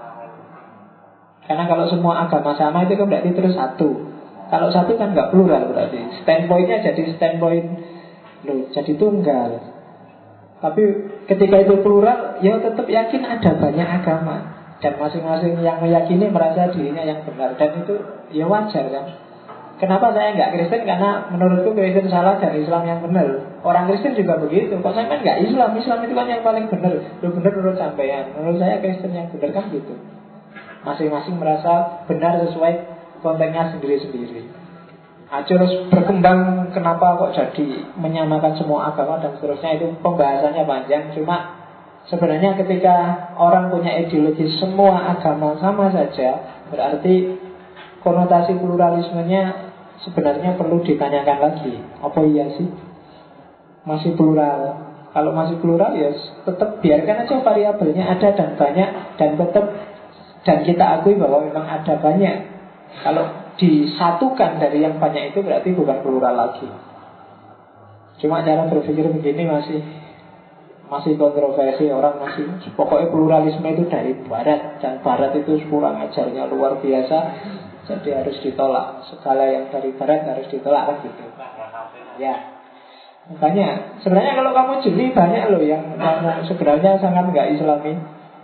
Karena kalau semua agama sama itu kan berarti terus satu. Kalau satu kan nggak plural berarti. Standpointnya jadi standpoint loh, jadi tunggal. Tapi ketika itu plural, ya tetap yakin ada banyak agama. Dan masing-masing yang meyakini merasa dirinya yang benar. Dan itu ya wajar kan. Kenapa saya nggak Kristen? Karena menurutku Kristen salah dan Islam yang benar. Orang Kristen juga begitu. Kok saya kan nggak Islam? Islam itu kan yang paling benar. Lu benar menurut sampean. Menurut saya Kristen yang benar kan gitu. Masing-masing merasa benar sesuai kontennya sendiri-sendiri. Terus berkembang kenapa kok jadi menyamakan semua agama dan seterusnya, itu pembahasannya panjang. Cuma sebenarnya ketika orang punya ideologi semua agama sama saja, berarti konotasi pluralismenya sebenarnya perlu ditanyakan lagi. Apa iya sih masih plural? Kalau masih plural ya tetap biarkan aja variabelnya ada dan banyak, dan tetap dan kita akui bahwa memang ada banyak. Kalau disatukan dari yang banyak itu berarti bukan plural lagi. Cuma cara berpikir begini masih kontroversi. Orang masih pokoknya pluralisme itu dari barat, dan barat itu kurang ajarnya luar biasa, jadi harus ditolak. Segala yang dari barat harus ditolak kan gitu. Ya, makanya sebenarnya kalau kamu jeli banyak loh yang sebenarnya sangat nggak Islami.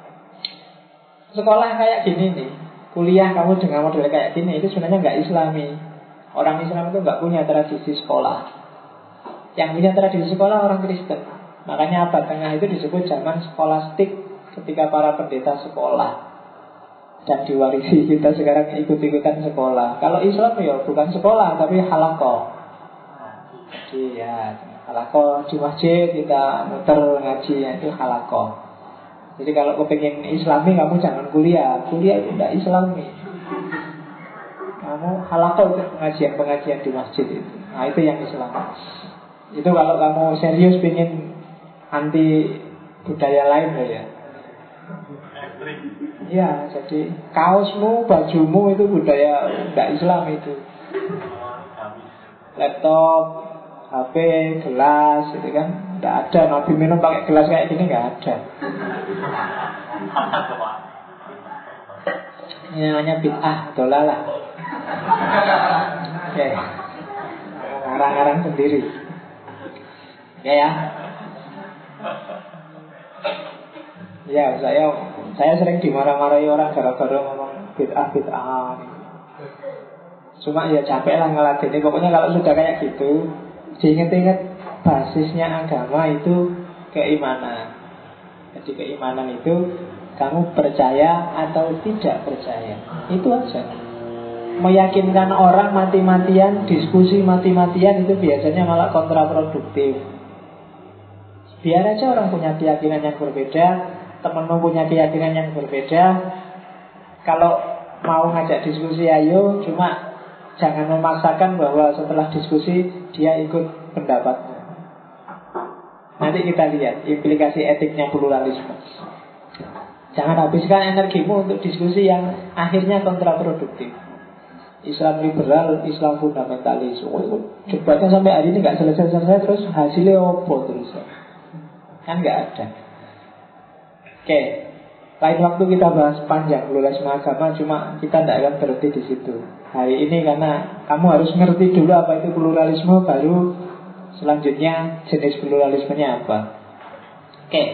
Sekolah kayak gini nih, kuliah kamu dengan model kayak gini, itu sebenarnya nggak Islami. Orang Islam itu nggak punya tradisi sekolah. Yang punya tradisi sekolah orang Kristen. Makanya abad tengah itu disebut zaman skolastik, ketika para pendeta sekolah. Dan diwarisi kita sekarang ikut-ikutan sekolah. Kalau Islam ya bukan sekolah, tapi halaqah. Jadi ya halaqah di masjid, kita muter ngaji, itu halaqah. Jadi kalau kepingin Islami, kamu jangan kuliah. Kuliah itu tidak Islami. Kamu halaqah, itu pengajian-pengajian di masjid itu. Nah itu yang Islam. Itu kalau kamu serius pengen anti budaya lain loh ya. Ya, jadi kaosmu, bajumu itu budaya tidak Islam itu. Laptop, HP, gelas, itu kan tidak ada. Nabi minum pakai gelas kayak gini nggak ada. Ini namanya bid'ah, dolalah. Oke, ngarang-ngarang sendiri. Oke ya. Ya, saya sering dimarah-marahi orang gara-gara ngomong bid'ah. Cuma ya capek lah ngeladeni. Pokoknya kalau sudah kayak gitu, diinget-inget basisnya agama itu keimanan. Jadi keimanan itu kamu percaya atau tidak percaya. Itu aja. Meyakinkan orang mati-matian, diskusi mati-matian, itu biasanya malah kontraproduktif. Biar aja orang punya keyakinan yang berbeda, temenmu punya keyakinan yang berbeda. Kalau mau ngajak diskusi ayo, cuma jangan memaksakan bahwa setelah diskusi dia ikut pendapatmu. Nanti kita lihat implikasi etiknya pluralisme. Jangan habiskan energimu untuk diskusi yang akhirnya kontraproduktif. Islam liberal, Islam fundamentalis. Debatnya sampai hari ini nggak selesai-selesai, terus hasilnya apa terus? Kan nggak ada. Oke, lain waktu kita bahas panjang pluralisme agama, cuma kita tidak akan berhenti di situ hari ini, karena kamu harus ngerti dulu apa itu pluralisme, baru selanjutnya jenis pluralismenya apa. Oke,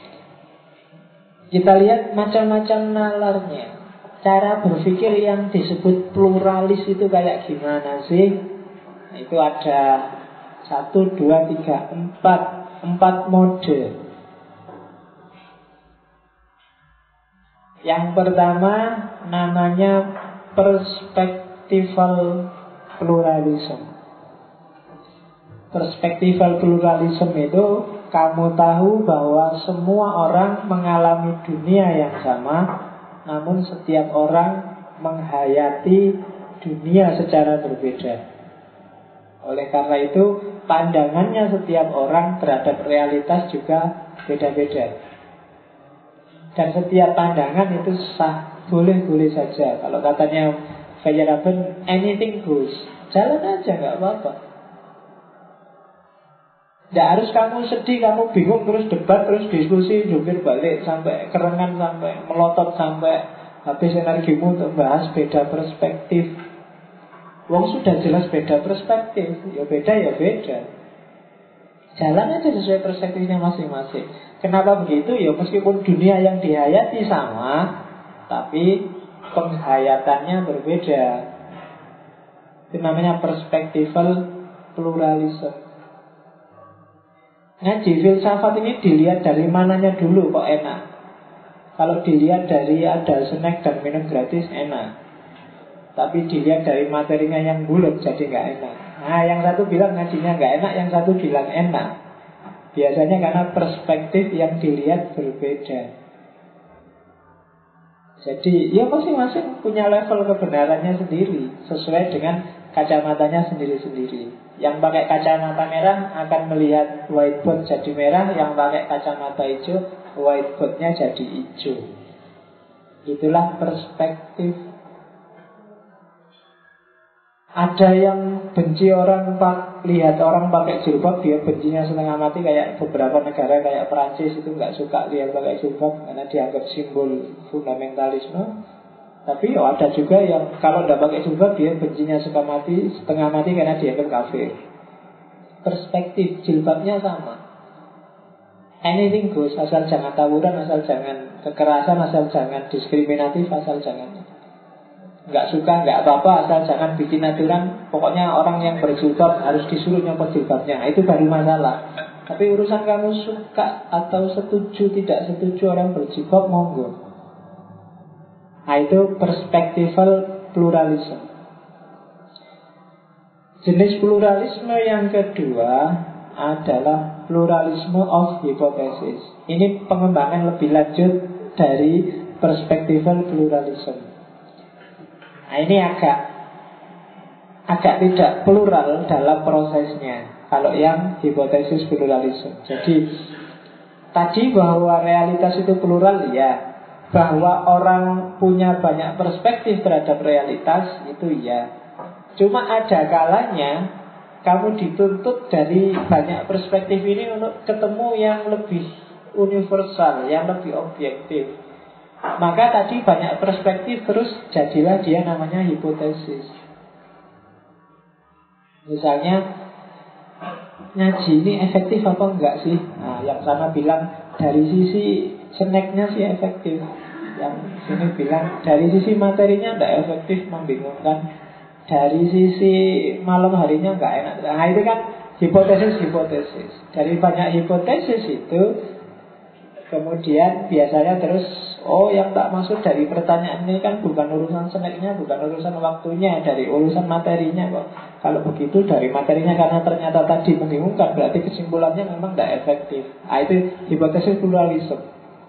kita lihat macam-macam nalarnya. Cara berpikir yang disebut pluralis itu kayak gimana sih? Nah, itu ada 1, 2, 3, 4 mode. Yang pertama namanya perspektifal pluralism. Perspektifal pluralism itu kamu tahu bahwa semua orang mengalami dunia yang sama, namun setiap orang menghayati dunia secara berbeda. Oleh karena itu, pandangannya setiap orang terhadap realitas juga beda-beda. Dan setiap pandangan itu sah, boleh-boleh saja. Kalau katanya Feyerabend, anything goes. Jalan aja, gak apa-apa. Tidak harus kamu sedih, kamu bingung, terus debat, terus diskusi, jungkir balik, sampai kerengan, sampai melotot, sampai habis energimu untuk bahas beda perspektif. Wong sudah jelas beda perspektif, ya beda ya beda. Jalan aja sesuai perspektifnya masing-masing. Kenapa begitu? Ya meskipun dunia yang dihayati sama, tapi penghayatannya berbeda. Itu namanya perspektifal pluralism. Ngaji filsafat ini dilihat dari mananya dulu kok enak. Kalau dilihat dari ada snack dan minum gratis enak. Tapi dilihat dari materinya yang bulat jadi gak enak. Nah, yang satu bilang ngajinya gak enak, yang satu bilang enak. Biasanya karena perspektif yang dilihat berbeda. Jadi ya masing-masing punya level kebenarannya sendiri, sesuai dengan kacamatanya sendiri-sendiri. Yang pakai kacamata merah akan melihat whiteboard jadi merah, yang pakai kacamata hijau, whiteboardnya jadi hijau. Itulah perspektif. Ada yang benci orang lihat orang pakai jilbab, dia bencinya setengah mati. Kayak beberapa negara kayak Perancis itu nggak suka lihat pakai jilbab karena dianggap simbol fundamentalisme. Tapi ya ada juga yang kalau nggak pakai jilbab dia bencinya setengah mati karena dianggap kafir. Perspektif jilbabnya sama. Anything goes, asal jangan tawuran, asal jangan kekerasan, asal jangan diskriminatif, asal jangan nggak suka, nggak apa-apa, asal jangan bikin aturan. Pokoknya orang yang berjilbab harus disuruh nyopot jilbabnya. Itu baru masalah. Tapi urusan kamu suka atau setuju, tidak setuju orang berjilbab, monggo. Nah, itu perspektifal pluralisme. Jenis pluralisme yang kedua adalah pluralisme of hypothesis. Ini pengembangan lebih lanjut dari perspektifal pluralisme. Nah, ini agak tidak plural dalam prosesnya kalau yang hipotesis pluralisme. Jadi tadi bahwa realitas itu plural, ya. Bahwa orang punya banyak perspektif terhadap realitas, itu ya. Cuma ada kalanya kamu dituntut dari banyak perspektif ini untuk ketemu yang lebih universal, yang lebih objektif. Maka tadi banyak perspektif, terus jadilah dia namanya hipotesis. Misalnya, ngaji ini efektif apa enggak sih? Nah, yang sana bilang dari sisi snacknya sih efektif, yang sini bilang dari sisi materinya enggak efektif, membingungkan. Dari sisi malam harinya enggak enak. Nah, itu kan hipotesis. Dari banyak hipotesis itu kemudian biasanya terus, oh yang tak masuk dari pertanyaan ini kan bukan urusan snacknya, bukan urusan waktunya, dari urusan materinya kok. Kalau begitu dari materinya karena ternyata tadi membingungkan, berarti kesimpulannya memang tidak efektif. Nah, itu hipotesis pluralisme.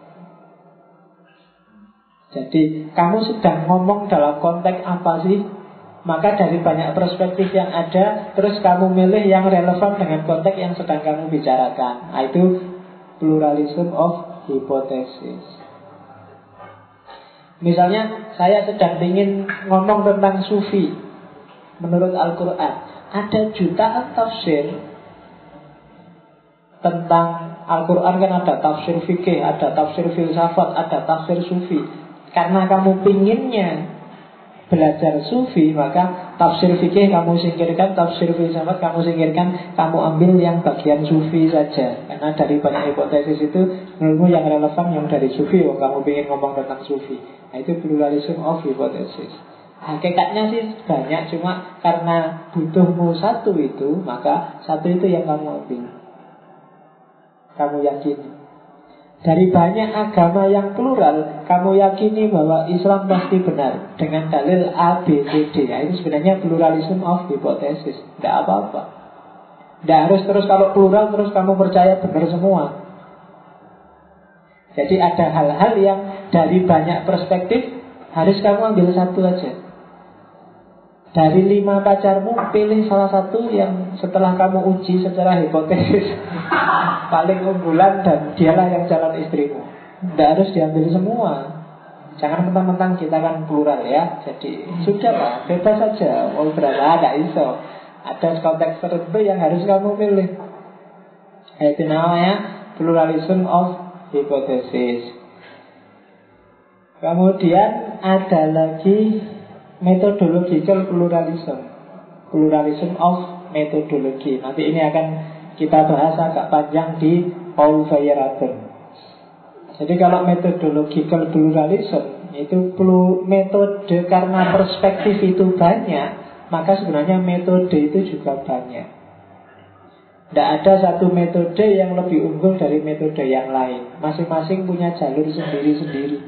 Jadi kamu sedang ngomong dalam konteks apa sih? Maka dari banyak perspektif yang ada, terus kamu milih yang relevan dengan konteks yang sedang kamu bicarakan. Nah, itu pluralism of hipotesis. Misalnya saya sedang ingin ngomong tentang sufi menurut Al-Quran. Ada jutaan tafsir tentang Al-Quran, kan ada tafsir fikih, ada tafsir filsafat, ada tafsir sufi. Karena kamu pinginnya belajar sufi, maka tafsir fikih kamu singkirkan, tafsir filsafat kamu singkirkan, kamu ambil yang bagian sufi saja. Karena dari banyak hipotesis itu menurutmu yang relevan yang dari sufi, kamu ingin ngomong tentang sufi. Nah, itu pluralism of hypothesis. Hakikatnya sih banyak, cuma karena butuhmu satu itu, maka satu itu yang kamu ambil, kamu yakini. Dari banyak agama yang plural, kamu yakini bahwa Islam pasti benar dengan dalil A, B, C, D. Nah, itu sebenarnya pluralism of hypothesis. Tidak apa-apa. Tidak harus terus kalau plural terus kamu percaya benar semua. Jadi ada hal-hal yang dari banyak perspektif harus kamu ambil satu aja. Dari 5 pacarmu, pilih salah satu yang setelah kamu uji secara hipotesis paling unggulan dan dialah yang calon istrimu. Tidak harus diambil semua. Jangan mentang-mentang kita kan plural ya. Jadi sudah lah, bebas saja. Oh berapa, tidak iso. Ada konteks tertentu yang harus kamu pilih. Itu namanya pluralism of hypothesis. Kemudian ada lagi methodological pluralism, pluralism of methodology. Nanti ini akan kita bahas agak panjang di Paul Feyerabend. Jadi kalau methodological pluralism itu metode karena perspektif itu banyak, maka sebenarnya metode itu juga banyak. Tidak ada satu metode yang lebih unggul dari metode yang lain. Masing-masing punya jalur sendiri-sendiri.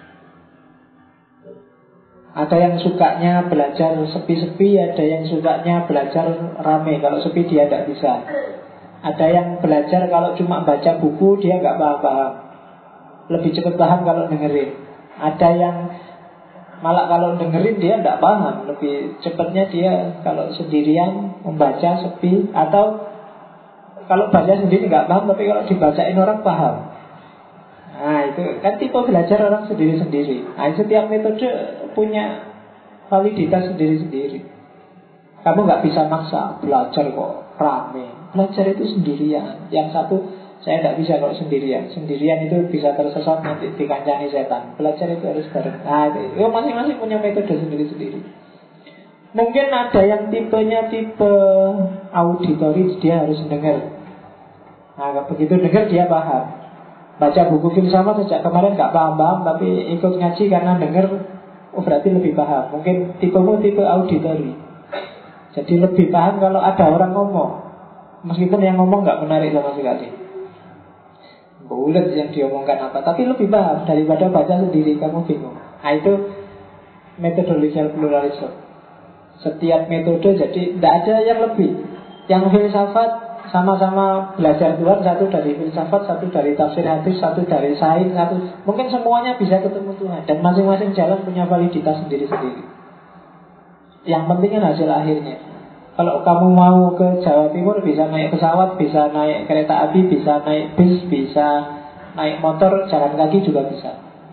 Ada yang sukanya belajar sepi-sepi, ada yang sukanya belajar rame. Kalau sepi dia tidak bisa. Ada yang belajar kalau cuma baca buku dia nggak paham-paham. Lebih cepat paham kalau dengerin. Ada yang malah kalau dengerin dia tidak paham. Lebih cepatnya dia kalau sendirian membaca sepi. Atau kalau baca sendiri nggak paham, tapi kalau dibacain orang paham. Nah itu kan tipe belajar orang sendiri-sendiri. Nah setiap metode punya validitas sendiri-sendiri. Kamu nggak bisa maksa belajar kok rame. Belajar itu sendirian. Yang satu saya tidak bisa kalau sendirian. Sendirian itu bisa tersesat nanti dikancani setan. Belajar itu harus bareng. Nah itu masing-masing punya metode sendiri-sendiri. Mungkin ada yang tipenya tipe auditory, dia harus dengar. Nah begitu dengar dia paham. Baca buku filsafat sejak kemarin gak paham-paham, tapi ikut ngaji karena dengar, oh berarti lebih paham. Mungkin tipemu tipe auditory. Jadi lebih paham kalau ada orang ngomong, meskipun yang ngomong gak menarik sama sekali. Bulat yang diomongkan apa, tapi lebih paham daripada baca sendiri, kamu bingung. Nah itu methodological pluralism. Setiap metode jadi tidak ada yang lebih. Yang filsafat sama-sama belajar Tuhan, satu dari filsafat, satu dari tafsir hadis, satu dari sains, satu mungkin semuanya bisa ketemu Tuhan. Dan masing-masing jalan punya validitas sendiri-sendiri. Yang penting kan hasil akhirnya. Kalau kamu mau ke Jawa Timur, bisa naik pesawat, bisa naik kereta api, bisa naik bis, bisa naik motor, jalan kaki juga bisa.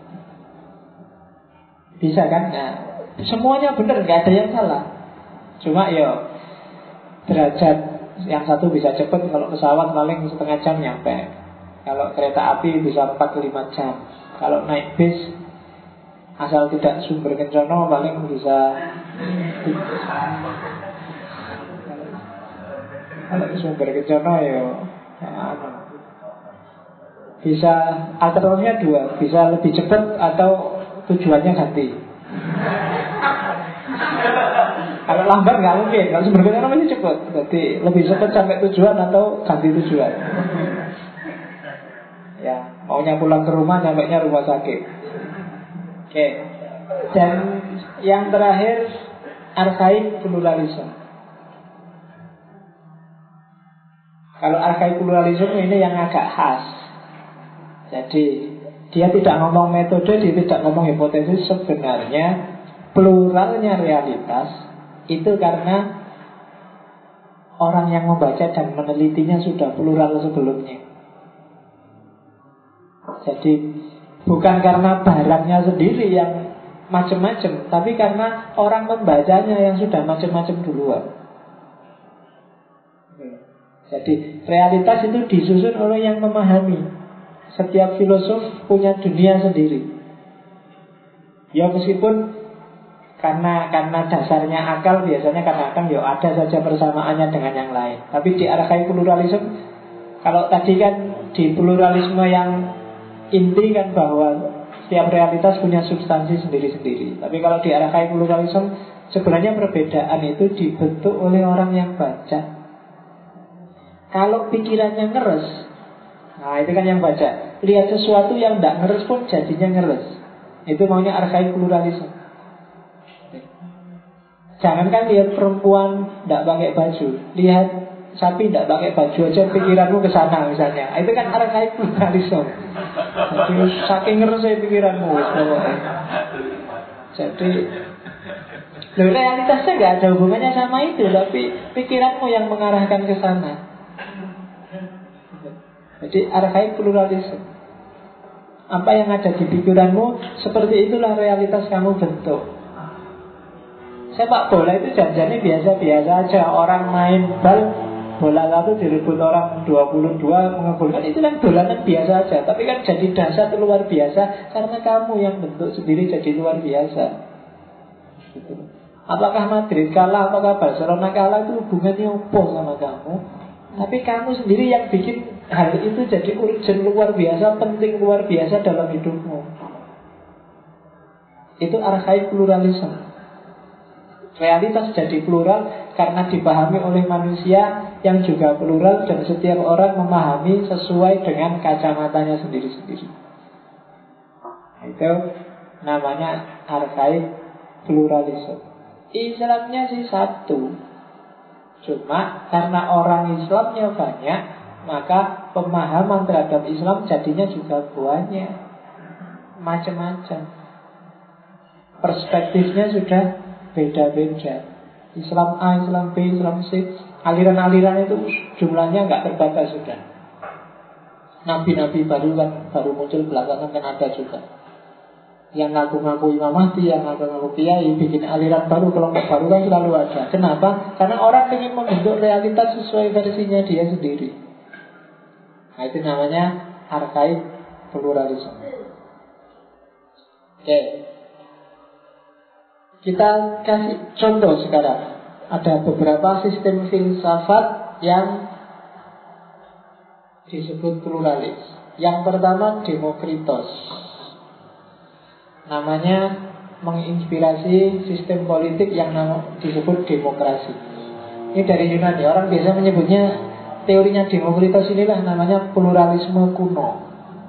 Bisa kan? Nah, semuanya benar, nggak ada yang salah. Cuma ya derajat. Yang satu bisa cepat, kalau pesawat paling setengah jam nyampe. Kalau kereta api bisa 4-5 jam. Kalau naik bis, asal tidak sumber kencono, paling bisa kalau sumber kencono ya bisa alternatifnya 2, bisa lebih cepat atau tujuannya ganti. Kalau lambat nggak mungkin, kalau sumber kencono masih cepat. Jadi lebih cepat sampai tujuan atau ganti tujuan. Ya, maunya pulang ke rumah, sampainya rumah sakit. Oke. Dan yang terakhir, archaik pluralism. Kalau archaik pluralism ini yang agak khas. Jadi dia tidak ngomong metode, dia tidak ngomong hipotesis. Sebenarnya pluralnya realitas itu karena orang yang membaca dan menelitinya sudah plural sebelumnya. Jadi bukan karena barangnya sendiri yang macam-macam, tapi karena orang membacanya yang sudah macam-macam duluan. Jadi realitas itu disusun oleh yang memahami. Setiap filosof punya dunia sendiri. Ya meskipun karena dasarnya akal, biasanya karena akal ya ada saja persamaannya dengan yang lain. Tapi di archaik pluralism, kalau tadi kan di pluralisme yang inti kan bahwa setiap realitas punya substansi sendiri-sendiri. Tapi kalau di archaik pluralism, sebenarnya perbedaan itu dibentuk oleh orang yang baca. Kalau pikirannya ngeres, nah itu kan yang baca. Lihat sesuatu yang tidak ngeres pun jadinya ngeres. Itu maunya archaik pluralism. Jangankan lihat perempuan tidak pakai baju, lihat sapi tidak pakai baju aja pikiranmu ke sana misalnya. Itu kan arkaik pluralisme. Jadi saking ngeresnya pikiranmu pokoknya. Jadi realitasnya nggak ada hubungannya sama itu, tapi pikiranmu yang mengarahkan ke sana. Jadi arkaik pluralisme. Apa yang ada di pikiranmu, seperti itulah realitas kamu bentuk. Sepak bola itu janjinya biasa-biasa aja. Orang main bal, bola lalu direbut orang 22 mengegolkan. Itu kan dolanan biasa aja. Tapi kan jadi dahsyat luar biasa karena kamu yang bentuk sendiri jadi luar biasa gitu. Apakah Madrid kalah, apakah Barcelona kalah, itu hubungannya apa sama kamu? Tapi kamu sendiri yang bikin hal itu jadi urgent luar biasa, penting luar biasa dalam hidupmu. Itu arkaik pluralisme. Realitas jadi plural karena dipahami oleh manusia yang juga plural, dan setiap orang memahami sesuai dengan kacamatanya sendiri-sendiri. Itu namanya arkaik pluralisme. Islamnya sih satu, cuma karena orang Islamnya banyak, maka pemahaman terhadap Islam jadinya juga banyak, macam-macam. Perspektifnya sudah beda-beda. Islam A, Islam B, Islam C, aliran-aliran itu jumlahnya nggak terbatas sudah. Nabi-nabi baru kan baru muncul belakangan kan ada juga. Yang ngaku-ngaku Imam Mahdi, yang ngaku-ngaku Kiai, bikin aliran baru, kelompok baru kan selalu ada. Kenapa? Karena orang ingin membentuk realitas sesuai versinya dia sendiri. Nah, itu namanya arkaik pluralisme. Oke. Kita kasih contoh sekarang. Ada beberapa sistem filsafat yang disebut pluralis. Yang pertama Demokritos. Namanya menginspirasi sistem politik yang disebut demokrasi. Ini dari Yunani. Orang biasa menyebutnya teorinya Demokritos inilah namanya pluralisme kuno.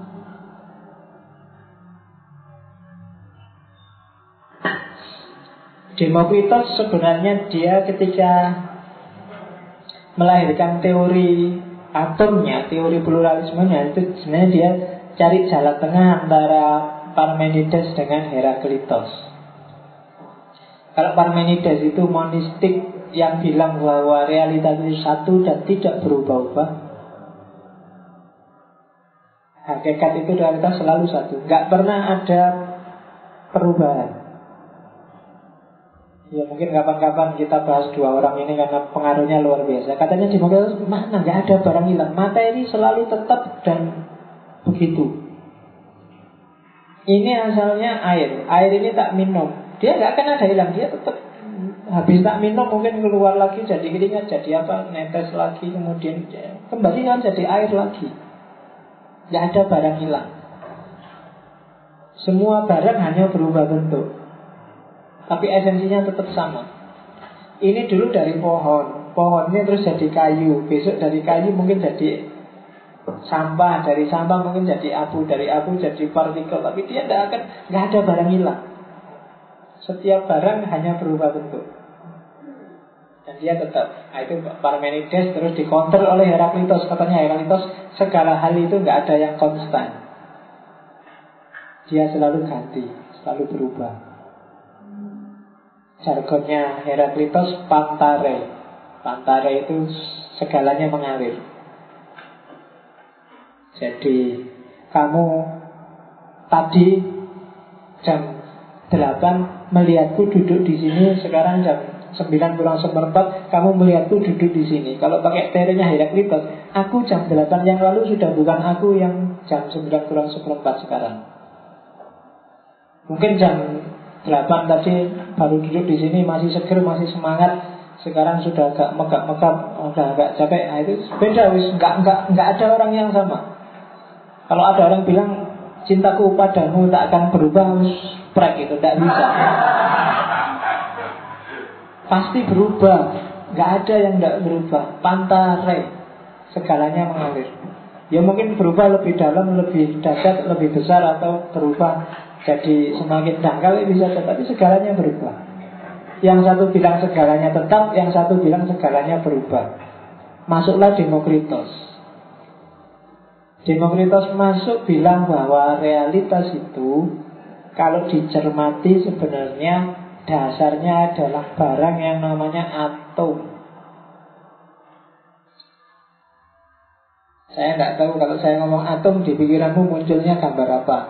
Demokritos sebenarnya dia ketika melahirkan teori atomnya, teori pluralismenya, itu sebenarnya dia cari jalan tengah antara Parmenides dengan Heraklitos. Kalau Parmenides itu monistik yang bilang bahwa realitas itu satu dan tidak berubah-ubah. Hakikat itu realitas selalu satu, nggak pernah ada perubahan. Ya mungkin kapan-kapan kita bahas dua orang ini karena pengaruhnya luar biasa. Katanya Demokritos mana nggak ada barang hilang, materi selalu tetap dan begitu. Ini asalnya air. Air ini tak minum, dia nggak akan ada hilang, dia tetap. Habis tak minum mungkin keluar lagi jadi keringat, jadi apa, netes lagi, kemudian kembali kan jadi air lagi. Nggak ada barang hilang. Semua barang hanya berubah bentuk, tapi esensinya tetap sama. Ini dulu dari pohon, pohonnya terus jadi kayu, besok dari kayu mungkin jadi sampah, dari sampah mungkin jadi abu, dari abu jadi partikel, tapi dia nggak ada barang hilang. Setiap barang hanya berubah bentuk dan dia tetap. Nah, itu Parmenides terus dikonter oleh Heraklitos. Katanya Heraklitos segala hal itu nggak ada yang konstan, dia selalu ganti, selalu berubah. Jargonnya Heraklitos pantare. Pantare itu segalanya mengalir. Jadi kamu tadi jam 8 melihatku duduk di sini, sekarang jam 9 kurang seperempat kamu melihatku duduk di sini. Kalau pakai teorinya Heraklitos, aku jam 8 yang lalu sudah bukan aku yang jam 9 kurang seperempat sekarang. Mungkin jam 8 tadi baru duduk di sini masih seger, masih semangat. Sekarang sudah agak megap-megap, udah agak capek. Nah, itu beda, wis nggak ada orang yang sama. Kalau ada orang bilang cintaku padamu tak akan berubah, prek itu tidak bisa. Pasti berubah, nggak ada yang tidak berubah. Pantare, segalanya mengalir. Ya mungkin berubah lebih dalam, lebih dahsyat, lebih besar, atau berubah jadi semakin dangkal bisa, tapi segalanya berubah. Yang satu bilang segalanya tetap, yang satu bilang segalanya berubah. Masuklah Demokritos. Demokritos masuk bilang bahwa realitas itu kalau dicermati sebenarnya dasarnya adalah barang yang namanya atom. Saya tidak tahu kalau saya ngomong atom di pikiranmu munculnya gambar apa.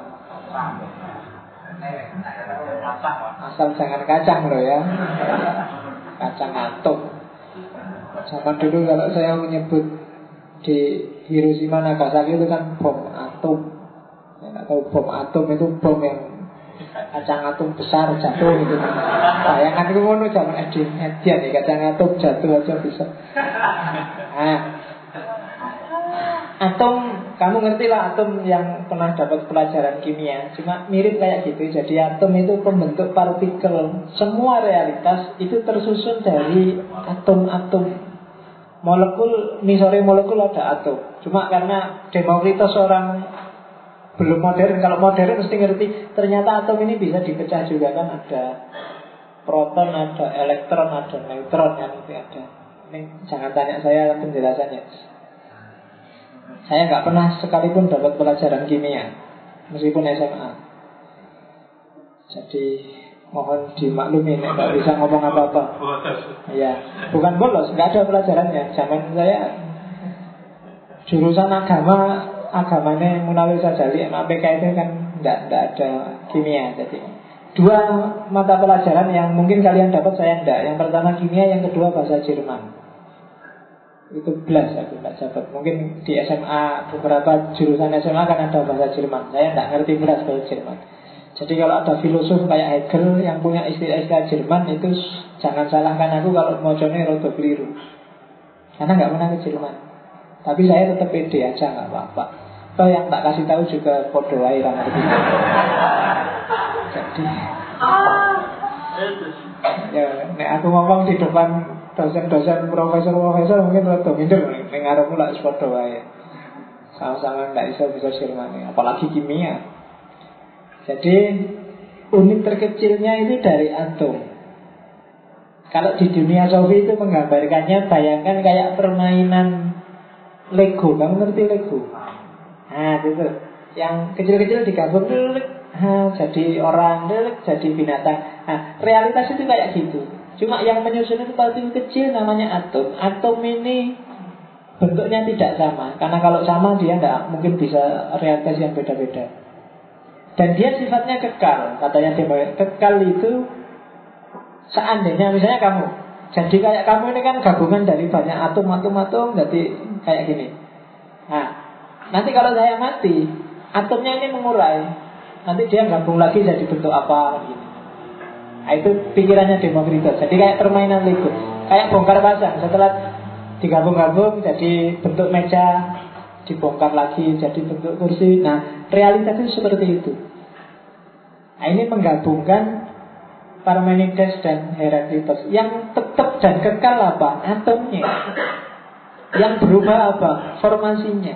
Asal jangan kacang loh ya. Kacang atom. Zaman dulu kalau saya menyebut di Hiroshima Nagasaki itu kan bom atom. Saya nggak tahu bom atom itu bom yang kacang atom besar jatuh gitu. Bayangan itu ngono zaman edian nih, kacang atom jatuh aja bisa. Nah, atom, kamu ngerti lah atom yang pernah dapat pelajaran kimia. Cuma mirip kayak gitu. Jadi atom itu pembentuk partikel. Semua realitas itu tersusun dari atom-atom. Molekul, misore molekul ada atom. Cuma karena Demokritos orang belum modern. Kalau modern mesti ngerti ternyata atom ini bisa dipecah juga kan. Ada proton, ada elektron, ada neutron kan itu ada. Ini jangan tanya saya penjelasannya. Saya nggak pernah sekalipun dapat pelajaran kimia meskipun SMA. Jadi mohon dimaklumi, nggak bisa ngomong apa-apa. Ya, bukan bolos, nggak ada pelajarannya. Zaman saya jurusan agamanya Munawir Sajali, MAPK itu kan nggak ada kimia. Jadi dua mata pelajaran yang mungkin kalian dapat, saya enggak. Yang pertama kimia, yang kedua bahasa Jerman. Itu belas aku nggak dapat. Mungkin di SMA beberapa jurusan SMA kan ada bahasa Jerman. Saya nggak ngerti belas bahasa Jerman. Jadi kalau ada filosof kayak Hegel yang punya istilah-istilah Jerman, itu jangan salahkan aku kalau mocone rodo keliru. Karena nggak pernah ke Jerman. Tapi saya tetap pede aja, nggak apa-apa. Toh yang tak kasih tahu juga podo ae ra ngerti. Jadi ya, nek aku ngomong di depan dosen-dosen, profesor mungkin rodo minder, ning ngarepmu lak podo wae. Sama-sama ndak iso bisa Jerman, apalagi kimia. Jadi unit terkecilnya itu dari atom. Kalau di dunia Sofi itu menggambarkannya, bayangkan kayak permainan Lego. Kamu ngerti Lego? Nah itu yang kecil-kecil digabung, jadi orang, jadi binatang. Nah realitas itu kayak gitu. Cuma yang menyusun itu partikel kecil namanya atom. Atom ini bentuknya tidak sama. Karena kalau sama dia tidak mungkin bisa realitas yang beda-beda. Dan dia sifatnya kekal. Katanya kekal itu seandainya misalnya kamu, jadi kayak kamu ini kan gabungan dari banyak atom, jadi kayak gini. Nah, nanti kalau saya mati, atomnya ini mengurai. Nanti dia gabung lagi jadi bentuk apa gitu. Nah, itu pikirannya Demokritos. Jadi kayak permainan Lego, kayak bongkar pasang. Setelah digabung-gabung jadi bentuk meja, dibongkar lagi jadi bentuk kursi. Nah, realitas itu seperti itu. Nah, ini menggabungkan Parmenides dan Heraklitos. Yang tetap dan kekal apa? Atomnya. Yang berubah apa? Formasinya.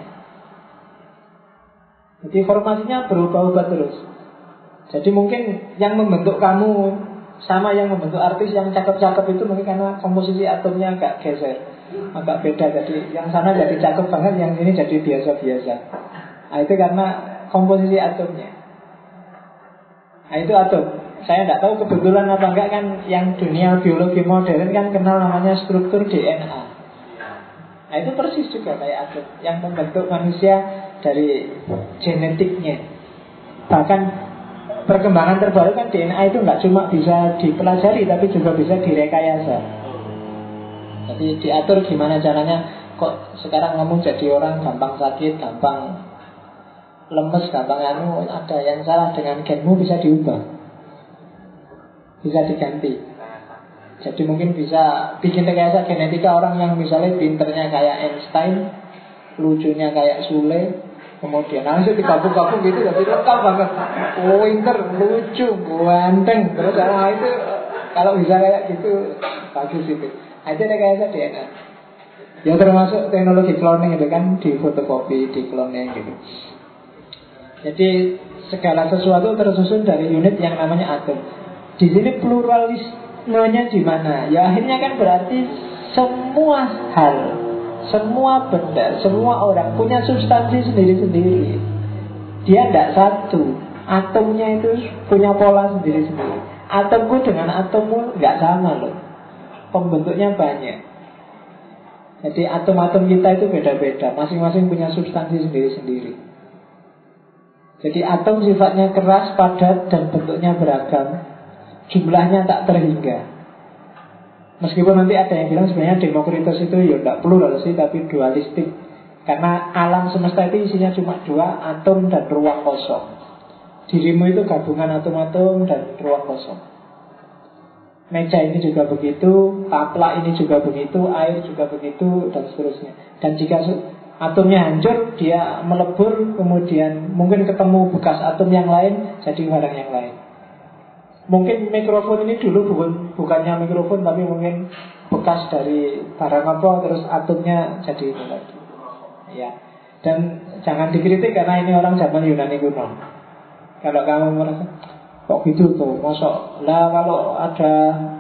Jadi formasinya berubah-ubah terus. Jadi mungkin yang membentuk kamu sama yang membentuk artis yang cakep-cakep itu mungkin karena komposisi atomnya agak geser, agak beda. Jadi yang sana jadi cakep banget, yang ini jadi biasa-biasa. Nah, itu karena komposisi atomnya. Nah, itu atom. Saya tidak tahu kebetulan apa enggak, kan yang dunia biologi modern kan kenal namanya struktur DNA. Nah, itu persis juga kayak atom yang membentuk manusia dari genetiknya. Bahkan perkembangan terbaru kan DNA itu nggak cuma bisa dipelajari, tapi juga bisa direkayasa. Jadi diatur gimana caranya. Kok sekarang kamu jadi orang gampang sakit, gampang lemes, gampang ada yang salah dengan genmu, bisa diubah, bisa diganti. Jadi mungkin bisa bikin rekayasa genetika orang yang misalnya pinternya kayak Einstein, lucunya kayak Sule, kemudian langsung digabung-gabung gitu, jadi lengkap banget. Oh, pinter, lucu, ganteng. Terus itu kalau bisa kayak gitu bagus itu. Itu rekayasa DNA. Ya termasuk teknologi cloning itu kan, di fotokopi, di cloning gitu. Jadi segala sesuatu tersusun dari unit yang namanya atom. Di sini pluralismenya di mana? Ya akhirnya kan berarti semua hal Semua benda, semua orang punya substansi sendiri-sendiri. Dia tidak satu. Atomnya itu punya pola sendiri-sendiri. Atomku dengan atommu nggak sama loh. Pembentuknya banyak. Jadi atom-atom kita itu beda-beda. Masing-masing punya substansi sendiri-sendiri. Jadi atom sifatnya keras, padat, dan bentuknya beragam. Jumlahnya tak terhingga. Meskipun nanti ada yang bilang sebenarnya Demokritos itu ya tidak plural sih, tapi dualistik. Karena alam semesta itu isinya cuma dua, atom dan ruang kosong. Dirimu itu gabungan atom-atom dan ruang kosong. Meja ini juga begitu, taplak ini juga begitu, air juga begitu, dan seterusnya. Dan jika atomnya hancur, dia melebur, kemudian mungkin ketemu bekas atom yang lain, jadi barang yang lain. Mungkin mikrofon ini dulu bukannya mikrofon, tapi mungkin bekas dari barang apa, terus atomnya jadi ini lagi. Ya. Dan jangan dikritik karena ini orang zaman Yunani kuno. Kalau kamu merasa kok gitu tuh, mosok lah kalau ada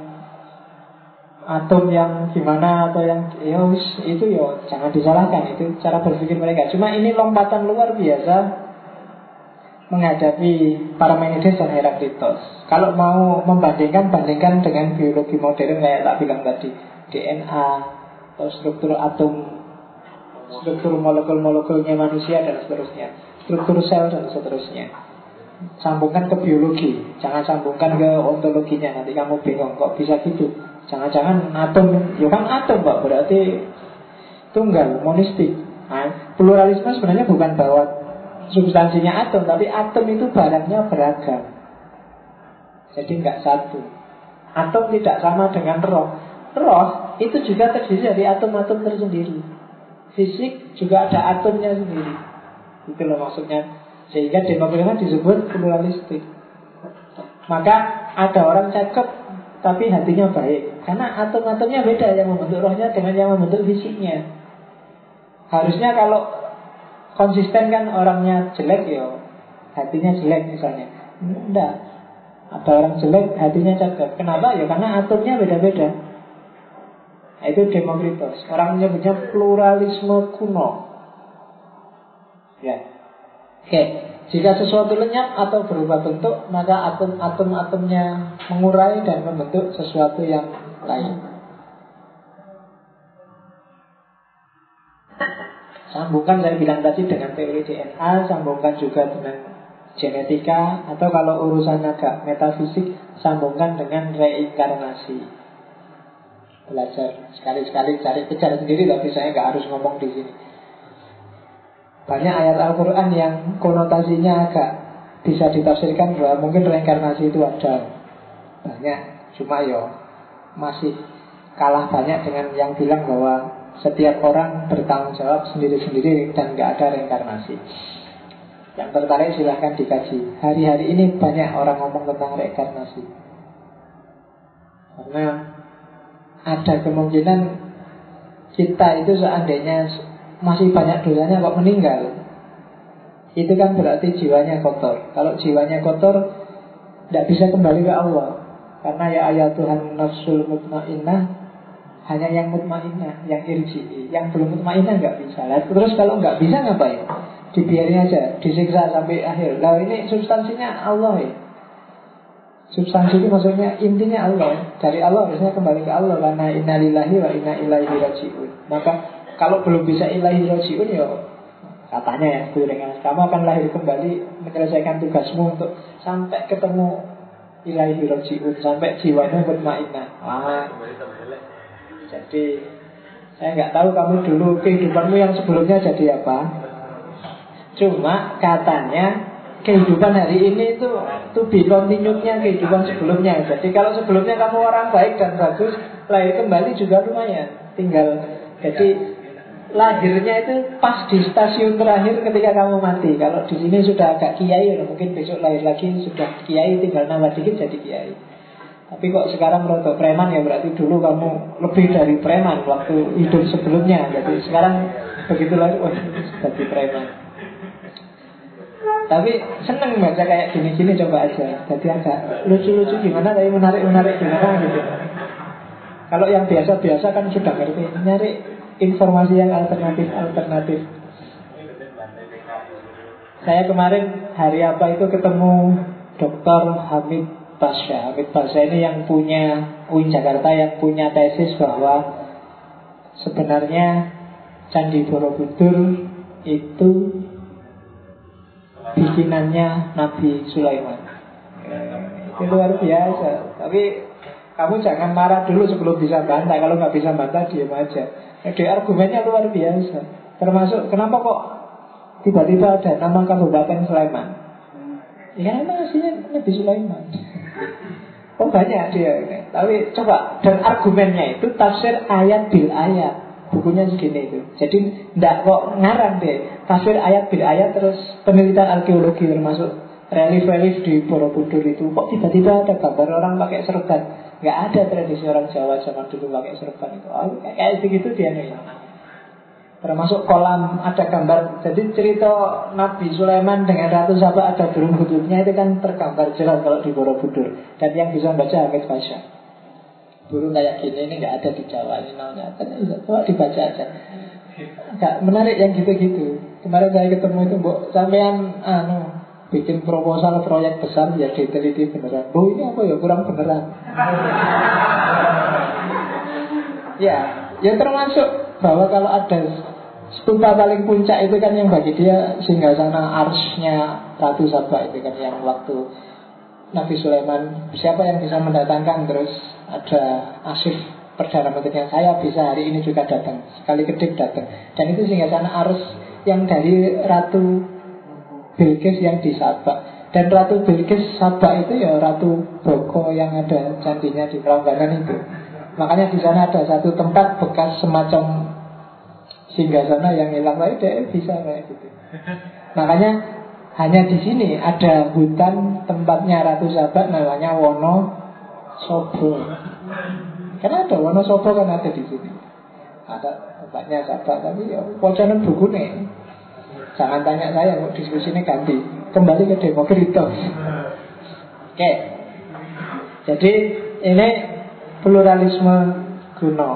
atom yang gimana atau yang itu jangan disalahkan, itu cara berpikir mereka. Cuma ini lompatan luar biasa menghadapi Parmenides dan Heraklitos. Kalau mau membandingkan, bandingkan dengan biologi modern kayak tak bilang tadi, DNA atau struktur atom, struktur molekul-molekulnya manusia dan seterusnya, struktur sel dan seterusnya. Sambungkan ke biologi, jangan sambungkan ke ontologinya, nanti kamu bingung kok bisa gitu. Jangan-jangan atom, ya kan atom Pak, berarti tunggal, monistik. Nah, pluralisme sebenarnya bukan bahwa substansinya atom, tapi atom itu barangnya beragam. Jadi nggak satu. Atom tidak sama dengan roh. Roh itu juga terdiri dari atom-atom tersendiri. Fisik juga ada atomnya sendiri. Itu loh maksudnya. Sehingga Demokritos disebut pluralistik. Maka ada orang cakep tapi hatinya baik, karena atom-atomnya beda, yang membentuk rohnya dengan yang membentuk fisiknya. Harusnya kalau konsisten kan orangnya jelek hatinya jelek misalnya. Enggak. Ada orang jelek hatinya cakep. Kenapa? Ya karena atomnya beda-beda. Nah, itu Demokritos. Orang menyebutnya pluralisme kuno. Ya. Oke. Jika sesuatu lenyap atau berubah bentuk, maka atomnya mengurai dan membentuk sesuatu yang lain. Sambungkan saya bilang tadi dengan teori DNA, sambungkan juga dengan genetika, atau kalau urusan agak metafisik, sambungkan dengan reinkarnasi. Belajar sekali-sekali cari kejar sendiri, tapi saya nggak harus ngomong di sini. Banyak ayat Al-Quran yang konotasinya agak bisa ditafsirkan bahwa mungkin reinkarnasi itu ada. Banyak, cuma masih kalah banyak dengan yang bilang bahwa setiap orang bertanggung jawab sendiri-sendiri dan nggak ada reinkarnasi. Yang tertarik silahkan dikaji. Hari-hari ini banyak orang ngomong tentang reinkarnasi, karena ada kemungkinan kita itu seandainya masih banyak dosanya kok meninggal, itu kan berarti jiwanya kotor. Kalau jiwanya kotor, tidak bisa kembali ke Allah. Karena ya ayat Tuhan nafsul mutmainnah, hanya yang mutmainnah, yang irji'i. Yang belum mutmainnah nggak bisa. Terus kalau nggak bisa ngapain? Dibiarin aja, disiksa sampai akhir. Nah ini substansinya Allah ya. Substansi itu maksudnya intinya Allah. Dari Allah harusnya kembali ke Allah, karena inna lillahi wa inna ilaihi raji'un. Maka kalau belum bisa ilaihi raji'un katanya ya kamu akan lahir kembali menyelesaikan tugasmu untuk sampai ketemu ilaihi raji'un, sampai jiwanya mutmainnah. Jadi saya nggak tahu kamu dulu kehidupanmu yang sebelumnya jadi apa. Cuma katanya kehidupan hari ini itu be continued-nya kehidupan sebelumnya. Jadi kalau sebelumnya kamu orang baik dan bagus, lahir kembali juga lumayan. Tinggal jadi lahirnya itu pas di stasiun terakhir ketika kamu mati. Kalau di sini sudah agak kiai, mungkin besok lahir lagi sudah kiai, tinggal nambah dikit jadi kiai. Tapi kok sekarang rotok preman, ya berarti dulu kamu lebih dari preman waktu hidup sebelumnya. Jadi sekarang begitu lahir, jadi preman. Tapi seneng baca kayak gini-gini, coba aja. Jadi agak lucu-lucu gimana, tapi menarik-menarik gimana gitu. Kalau yang biasa-biasa kan sudah ngerti, nyari informasi yang alternatif. Saya kemarin hari apa itu ketemu Dr. Hamid Pasha. Hamid Pasha ini yang punya UIN Jakarta, yang punya tesis bahwa sebenarnya Candi Borobudur itu bikinannya Nabi Sulaiman. Itu luar biasa. Tapi kamu jangan marah dulu sebelum bisa bantah. Kalau nggak bisa bantah, diam aja. Jadi argumennya luar biasa. Termasuk kenapa kok tiba-tiba ada nama Kabupaten Sleman? Ya karena aslinya Nabi Sulaiman. Oh banyak dia. Tapi coba, dan argumennya itu tafsir ayat bil ayat. Bukunya segini itu. Jadi tidak kok ngarang deh. Tafsir ayat bil ayat, terus penelitian arkeologi termasuk relief-relief di Borobudur itu. Kok tiba-tiba ada gambar orang pakai serban? Nggak ada tradisi orang Jawa zaman dulu pakai serban itu. Oh, kayak begitu dia nih. Termasuk kolam ada gambar. Jadi cerita Nabi Sulaiman dengan Ratu Saba ada burung kutubnya itu kan tergambar jelas kalau di Borobudur. Dan yang bisa baca Hamid Pasha. Burung kayak gini ini nggak ada di Jawa ini namanya. Coba dibaca aja. Nggak menarik yang gitu-gitu. Kemarin saya ketemu itu, Mbok, sampean bikin proposal proyek besar ya diteliti beneran. Bu ini apa ya kurang beneran. Ya termasuk bahwa kalau ada stupa paling puncak itu kan yang bagi dia singgasana arsnya Ratu Saba itu kan yang waktu Nabi Sulaiman, siapa yang bisa mendatangkan, terus ada Asif Perdana Menterinya, saya bisa hari ini juga datang, sekali kedip datang. Dan itu singgasana ars yang dari Ratu Bilqis yang di Sabak. Dan Ratu Bilqis Sabak itu ya Ratu Boko yang ada candinya di Prambanan itu. Makanya di sana ada satu tempat bekas semacam singgasana yang hilang lagi, dia bisa kayak gitu. Makanya hanya di sini ada hutan tempatnya Ratu Sabak namanya Wonosobo. Karena ada Wonosobo kan ada di sini. Ada tempatnya Sabak, tapi ya poconan buku nih. Jangan tanya saya, kok diskusi ini ganti. Kembali ke Demokritos. Oke. Jadi ini pluralisme kuno.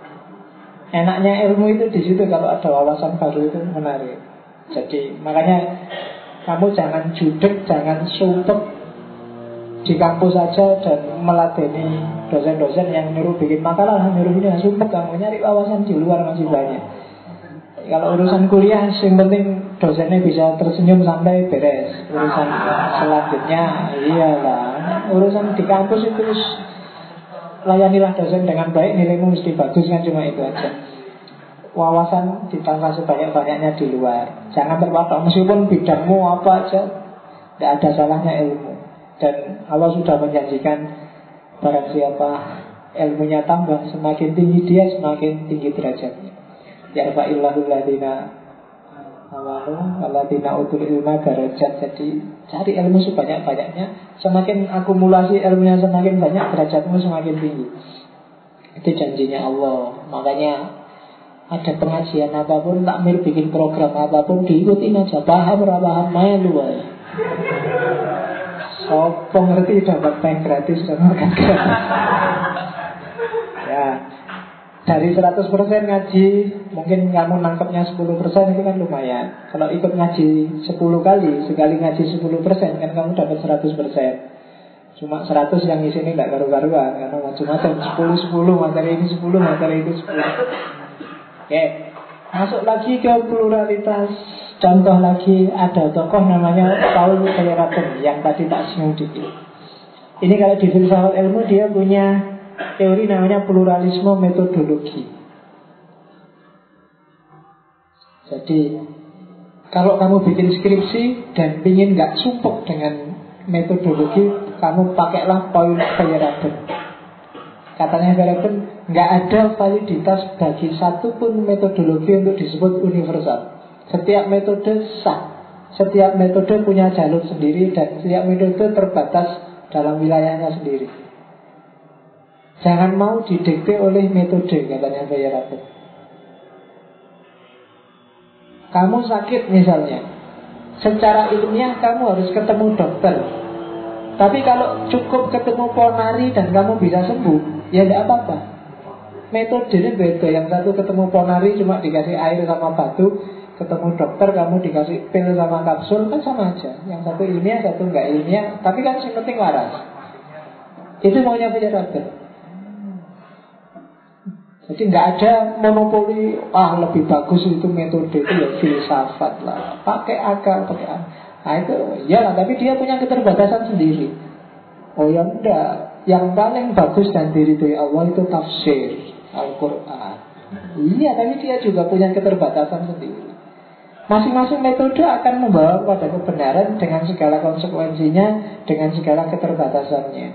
Enaknya ilmu itu di situ, kalau ada wawasan baru itu menarik. Jadi makanya kamu jangan judek, jangan sumpek di kampus saja dan meladeni dosen-dosen yang nyuruh bikin makalah, nyuruh ini, sumpek. Kamu nyari wawasan di luar masih banyak. Kalau urusan kuliah, yang penting dosennya bisa tersenyum sampai beres. Urusan selanjutnya, iyalah. Urusan di kampus itu layanilah dosen dengan baik, nilaimu mesti bagus kan, cuma itu aja. Wawasan ditambah sebanyak-banyaknya di luar. Jangan terpatok, meskipun bidangmu apa aja, tidak ada salahnya ilmu. Dan Allah sudah menjanjikan barang siapa ilmunya tambah, semakin tinggi dia, semakin tinggi derajatnya. Yarfa'illahu alladhina amanu alladhina utul ilma darajat. Jadi cari ilmu sebanyak-banyaknya, semakin akumulasi ilmunya semakin banyak, derajatmu semakin tinggi. Itu janjinya Allah. Makanya ada pengajian apapun, takmir bikin program apapun, diikutin aja. Paham paham melu aja. Sopo ngerti dapat peng gratis dan makan gratis. Ya, dari 100% ngaji, mungkin kamu nangkepnya 10%, itu kan lumayan. Kalau ikut ngaji 10 kali, sekali ngaji 10%, kan kamu dapat 100%. Cuma 100 yang isi ini gak karu-karuan, karena macam-macam, 10, materi ini 10, materi itu 10. Oke, masuk lagi ke pluralitas. Contoh lagi, ada tokoh namanya Paul Feyerabend yang tadi tak singgung dikit. Ini kalau di filsafat ilmu dia punya teori namanya pluralisme metodologi. Jadi kalau kamu bikin skripsi dan ingin gak sumpek dengan metodologi, kamu pakailah Paul Feyerabend. Katanya Feyerabend, gak ada validitas bagi satu pun metodologi untuk disebut universal. Setiap metode sah, setiap metode punya jalur sendiri, dan setiap metode terbatas dalam wilayahnya sendiri. Jangan mau didikte oleh metode, katanya Feyerabend. Kamu sakit misalnya, secara ilmiah kamu harus ketemu dokter. Tapi kalau cukup ketemu ponari dan kamu bisa sembuh, ya tidak apa-apa. metodenya beda. Yang satu ketemu ponari cuma dikasih air sama batu, ketemu dokter kamu dikasih pil sama kapsul, kan sama aja. Yang satu ilmiah, satu enggak ilmiah, tapi kan yang penting waras. Itu maunya Feyerabend. Jadi nggak ada monopoli. Lebih bagus itu metode itu ya filsafat lah, pakai akal, pakai akal. Nah itu ya, tapi dia punya keterbatasan sendiri. Oh ya enggak, yang paling bagus dan diri dari Allah itu tafsir Al-Quran. Iya, tapi dia juga punya keterbatasan sendiri. Masing-masing metode akan membawa pada kebenaran dengan segala konsekuensinya, dengan segala keterbatasannya.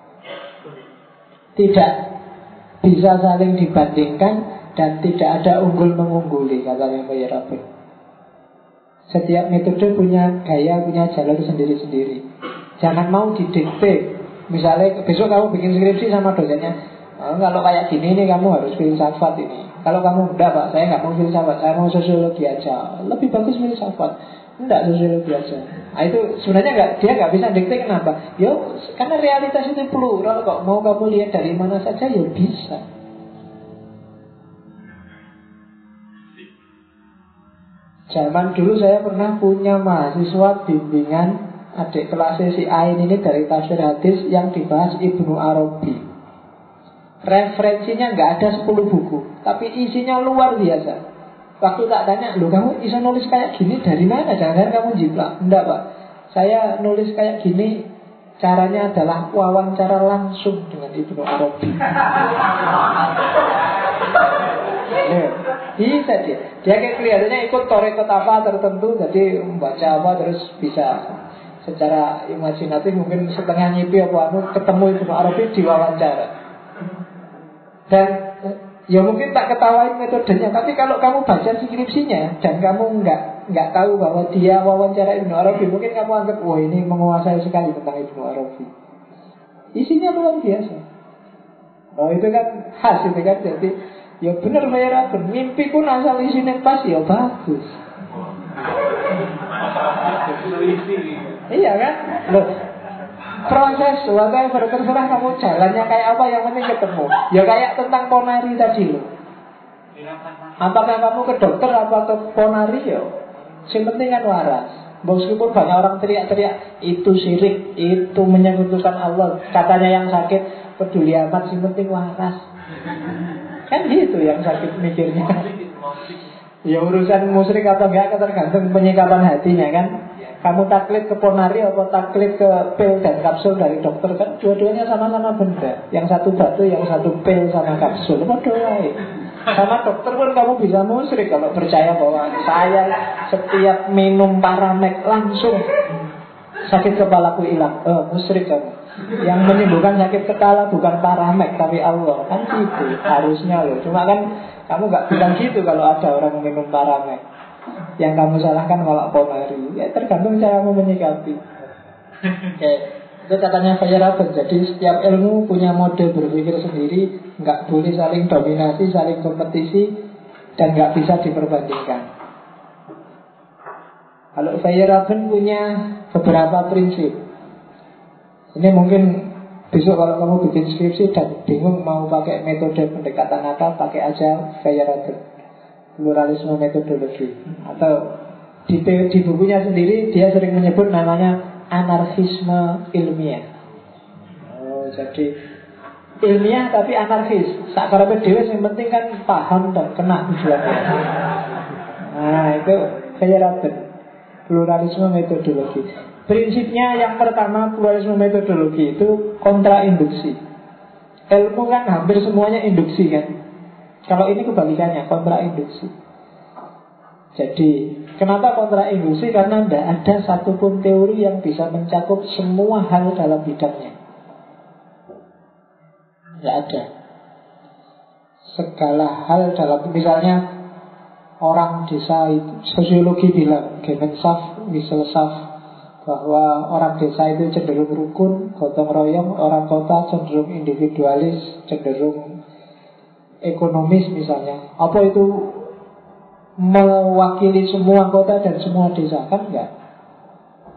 Tidak bisa saling dibandingkan dan tidak ada unggul mengungguli, katanya Feyerabend. Setiap metode punya gaya, punya jalur sendiri-sendiri. Jangan mau didikte. Misalnya besok kamu bikin skripsi sama dosennya, kalau kayak gini nih kamu harus filsafat ini. Kalau kamu enggak Pak, saya nggak mau filsafat, saya mau sosiologi aja. Lebih bagus filsafat. Enggak, sosiologi aja. Nah, itu sebenarnya dia nggak bisa dikte. Kenapa? Ya karena realitas itu plural kok. Mau kamu lihat dari mana saja ya bisa. Zaman dulu saya pernah punya mahasiswa bimbingan adik kelas si Ain ini dari tafsir hadis yang dibahas Ibnu Arabi. Referensinya nggak ada 10 buku, tapi isinya luar biasa. Waktu tak tanya, loh kamu bisa nulis kayak gini dari mana? Jangan-jangan kamu jiplak. Enggak Pak, saya nulis kayak gini caranya adalah wawancara langsung dengan Ibnu Arabi. Bisa dia kayak kelihatannya ikut torekot apa tertentu, jadi membaca apa terus bisa secara imajinatif mungkin setengah nyipi apa ketemu Ibnu Arabi diwawancara. Dan ya mungkin tak ketawain metodenya, tapi kalau kamu baca skripsinya dan kamu nggak tahu bahwa dia wawancara Ibnu Arabi, mungkin kamu anggap wah ini menguasai sekali tentang Ibnu Arabi. Isinya luar biasa. Oh itu kan khas itu kan. Jadi ya benar Feyerabend, mimpi pun asal isinya pas ya bagus. Iya kan? Loh, proses whatever terserah kamu jalannya kayak apa, yang penting ketemu. Ya kayak tentang ponari tadi loh. Apakah kamu ke dokter apa ke ponari ya? Yang penting kan waras. Meskipun banyak orang teriak-teriak itu syirik, itu menyekutukan Allah, katanya yang sakit peduli amat, yang penting waras. Kan gitu yang sakit mikirnya. Ya urusan musyrik atau enggak tergantung penyikapan hatinya kan. Kamu taklid ke ponari atau taklid ke pil dan kapsul dari dokter, kan dua-duanya sama-sama benda. Yang satu batu, yang satu pil sama kapsul. Padahal sama dokter pun kamu bisa musyrik kalau percaya bahwa saya setiap minum Paramek langsung sakit kepalaku hilang. Musyrik kamu. Yang menyembuhkan sakit kepala bukan Paramek tapi Allah. Kan gitu harusnya loh. Cuma kan kamu gak bilang gitu kalau ada orang minum Paramek. Yang kamu salahkan malah ponari. Ya tergantung cara kamu menyikapi. Oke. Itu katanya Feyerabend. Jadi setiap ilmu punya mode berpikir sendiri, nggak boleh saling dominasi, saling kompetisi, dan nggak bisa diperbandingkan. Kalau Feyerabend punya beberapa prinsip. Ini mungkin besok kalau kamu bikin skripsi dan bingung mau pakai metode pendekatan apa, pakai aja Feyerabend, pluralisme metodologi. Atau di bukunya sendiri dia sering menyebut namanya anarkisme ilmiah. Jadi ilmiah tapi anarkis. Sakarape dhewe yang penting kan paham dan kena tujuannya. Nah itu Feyerabend, pluralisme metodologi. Prinsipnya yang pertama, pluralisme metodologi itu kontrainduksi. Ilmu kan hampir semuanya induksi kan. Kalau ini kebalikannya, kontrainduksi. Jadi kenapa kontrainduksi? Karena tidak ada satupun teori yang bisa mencakup semua hal dalam bidangnya. Tidak ada. Segala hal dalam, misalnya orang desa itu, sosiologi bilang Gemeinschaft, Wissenschaft, bahwa orang desa itu cenderung rukun, gotong royong, orang kota cenderung individualis, cenderung ekonomis misalnya. Apa itu mewakili semua kota dan semua desa? Kan enggak.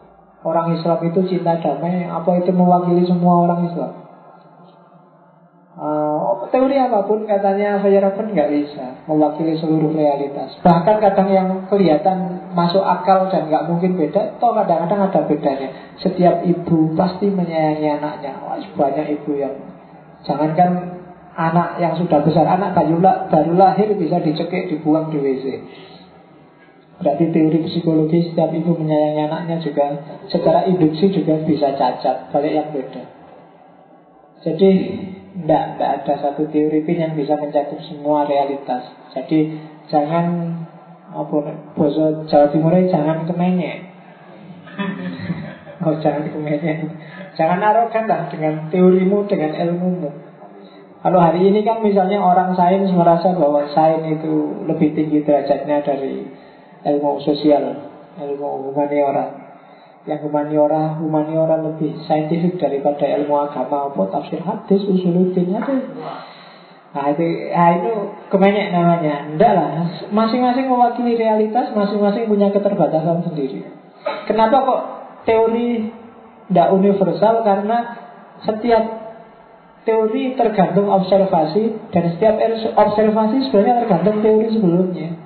Orang Islam itu cinta damai, apa itu mewakili semua orang Islam? Teori apapun katanya Feyerabend nggak bisa mewakili seluruh realitas. Bahkan kadang yang kelihatan masuk akal dan nggak mungkin beda, toh kadang-kadang ada bedanya. Setiap ibu pasti menyayangi anaknya. Wah, banyak ibu yang jangankan anak yang sudah besar, anak baru lahir bisa dicekik, dibuang di WC. Berarti teori psikologi setiap ibu menyayangi anaknya juga secara induksi juga bisa cacat. Balik yang beda. Jadi tidak ada satu teori pun yang bisa mencakup semua realitas. Jadi jangan bahasa Jawa Timurnya jangan kemenyek. Jangan kemenyek. Jangan arogan lah dengan teorimu, dengan ilmumu. Kalau hari ini kan misalnya orang sains merasa bahwa sains itu lebih tinggi derajatnya dari ilmu sosial, ilmu humaniora. Yang humaniora lebih saintifik daripada ilmu agama, apa tafsir hadis, usuluddin ada. Nah itu kemenyek namanya. Enggak lah, masing-masing mewakili realitas, masing-masing punya keterbatasan sendiri. Kenapa kok teori tidak universal? Karena setiap teori tergantung observasi, dan setiap observasi sebenarnya tergantung teori sebelumnya.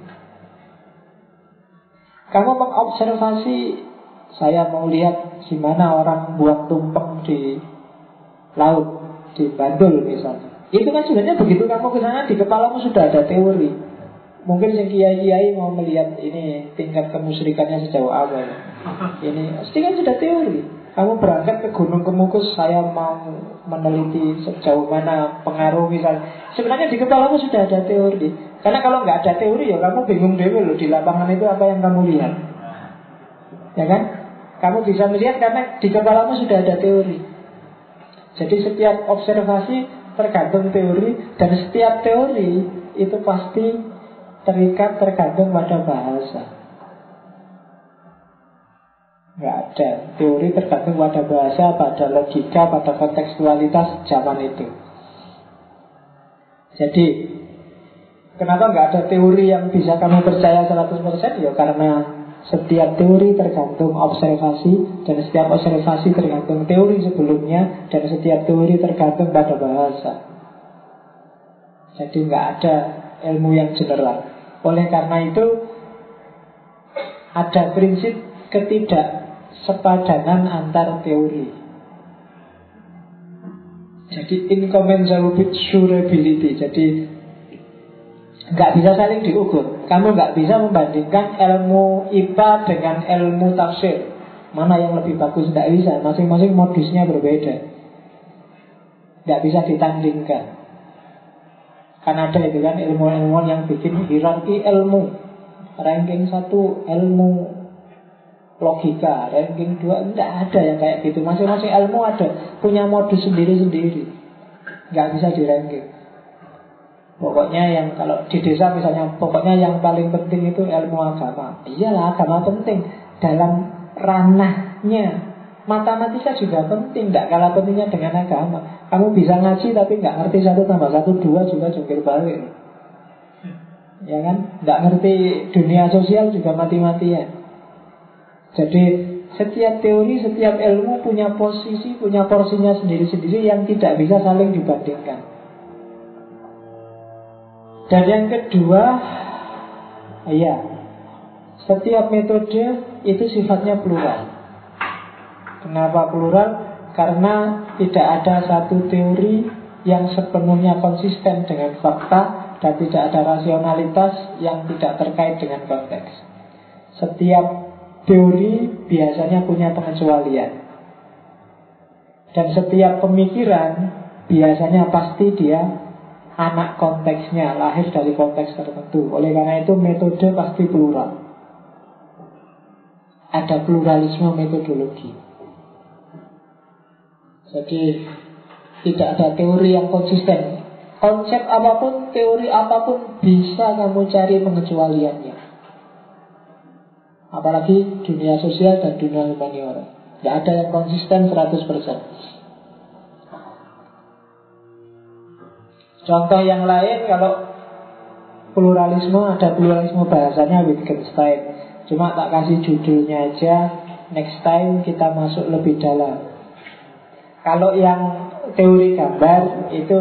Kamu mengobservasi, saya mau lihat gimana orang buang tumpeng di laut, di Bandul misalnya. Itu kan sebenarnya begitu kamu ke sana, di kepalamu sudah ada teori. Mungkin si kiai-kiai mau melihat ini tingkat kemusyrikannya sejauh apa ya. Ini pasti kan sudah teori. Kamu berangkat ke Gunung Kemukus, saya mau meneliti sejauh mana pengaruh misalnya. Sebenarnya di kepalamu sudah ada teori. Karena kalau nggak ada teori ya kamu bingung dewe loh, di lapangan itu apa yang kamu lihat. Ya kan? Kamu bisa melihat karena di kepalamu sudah ada teori. Jadi setiap observasi tergantung teori, dan setiap teori itu pasti terikat tergantung pada bahasa. Nggak ada teori tergantung pada bahasa, pada logika, pada kontekstualitas zaman itu. Jadi kenapa nggak ada teori yang bisa kamu percaya 100%? Ya karena setiap teori tergantung observasi, dan setiap observasi tergantung teori sebelumnya, dan setiap teori tergantung pada bahasa. Jadi nggak ada ilmu yang general. Oleh karena itu ada prinsip ketidaksepadanan antar teori. Jadi incommensurability. Jadi nggak bisa saling diukur. Kamu nggak bisa membandingkan ilmu IPA dengan ilmu tafsir. Mana yang lebih bagus, nggak bisa. Masing-masing modusnya berbeda. Nggak bisa ditandingkan. Kan ada itu kan ilmu-ilmuwan yang bikin hierarki ilmu. Ranking 1 ilmu logika, ranking 2 nggak ada yang kayak gitu. Masing-masing ilmu ada punya modus sendiri-sendiri. Nggak bisa di-ranking. Pokoknya yang kalau di desa misalnya, pokoknya yang paling penting itu ilmu agama. Iyalah agama penting dalam ranahnya. Matematika juga penting, tidak kalah pentingnya dengan agama. Kamu bisa ngaji tapi nggak ngerti 1 tambah 1 2 juga jungkir balik. Ya kan? Nggak ngerti dunia sosial juga mati-matian. Jadi setiap teori, setiap ilmu punya posisi, punya porsinya sendiri-sendiri yang tidak bisa saling dibandingkan. Dan yang kedua, setiap metode itu sifatnya plural. Kenapa plural? Karena tidak ada satu teori yang sepenuhnya konsisten dengan fakta, dan tidak ada rasionalitas yang tidak terkait dengan konteks. Setiap teori biasanya punya pengecualian, dan setiap pemikiran biasanya pasti dia anak konteksnya, lahir dari konteks tertentu. Oleh karena itu metode pasti plural. Ada pluralisme metodologi. Jadi tidak ada teori yang konsisten. Konsep apapun, teori apapun bisa kamu cari pengecualiannya. Apalagi dunia sosial dan dunia humaniora. Tidak ada yang konsisten 100%. Contoh yang lain, kalau pluralisme, ada pluralisme bahasanya Wittgenstein. Cuma tak kasih judulnya aja. Next time kita masuk lebih dalam. Kalau yang teori gambar itu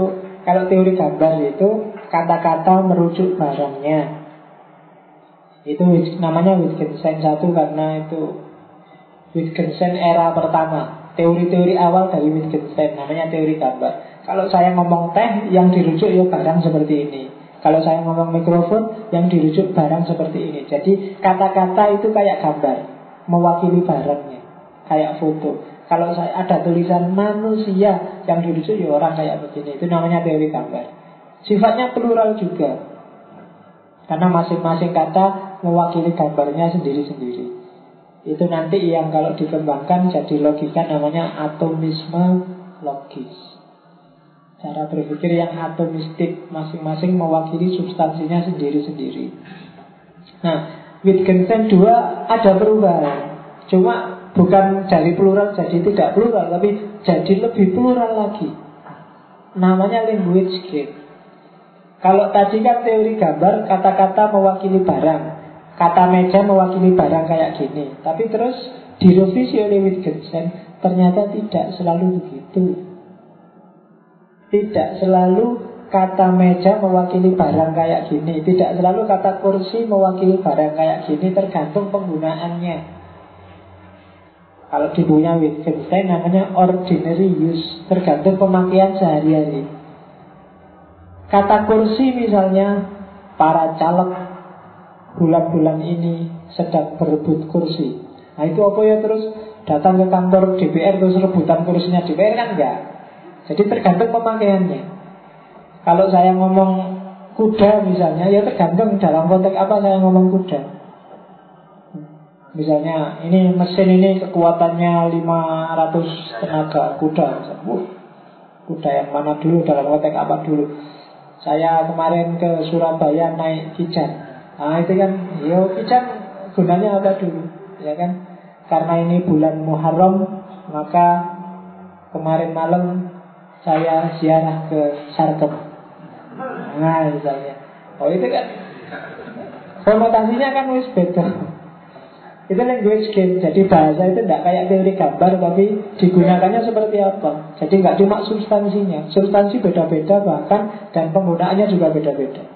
Kalau teori gambar itu kata-kata merujuk barangnya. Itu namanya Wittgenstein 1 karena itu Wittgenstein era pertama. Teori-teori awal dari Wittgenstein namanya teori gambar. Kalau saya ngomong teh, yang dirujuk ya barang seperti ini. Kalau saya ngomong mikrofon, yang dirujuk barang seperti ini. Jadi kata-kata itu kayak gambar, mewakili barangnya, kayak foto. Kalau saya ada tulisan manusia, yang dirujuk ya orang kayak begini. Itu namanya teori gambar. Sifatnya plural juga, karena masing-masing kata mewakili gambarnya sendiri-sendiri. Itu nanti yang kalau dikembangkan jadi logika namanya atomisme logis. Cara berpikir yang atomistik, masing-masing mewakili substansinya sendiri-sendiri. Nah, Wittgenstein 2 ada perubahan. Cuma bukan dari plural jadi tidak plural, tapi jadi lebih plural lagi. Namanya language game. Kalau tadi kan teori gambar, kata-kata mewakili barang, kata meja mewakili barang kayak gini. Tapi terus direvisi oleh Wittgenstein, ternyata tidak selalu begitu. Tidak selalu kata meja mewakili barang kayak gini. Tidak selalu kata kursi mewakili barang kayak gini. Tergantung penggunaannya. Kalau di bukunya Wittgenstein namanya ordinary use, tergantung pemakaian sehari-hari. Kata kursi misalnya, para caleg bulan-bulan ini sedang berebut kursi. Nah itu apa ya, terus datang ke kantor DPR terus rebutan kursinya DPR, kan enggak. Jadi tergantung pemakaiannya. Kalau saya ngomong kuda misalnya, ya tergantung dalam konteks apa saya ngomong kuda. Misalnya ini mesin ini kekuatannya 500 tenaga kuda. Kuda yang mana dulu, dalam konteks apa dulu. Saya kemarin ke Surabaya naik Kijang. Nah itu kan, yo Kijang gunanya apa dulu, ya kan? Karena ini bulan Muharram, maka kemarin malam saya ziarah ke Sarkem. Nah misalnya, oh itu kan konotasinya kan wis beda. Itu language game. Jadi bahasa itu tidak kayak teori gambar, tapi digunakannya seperti apa. Jadi nggak cuma substansinya, substansi beda-beda bahkan, dan penggunaannya juga beda-beda.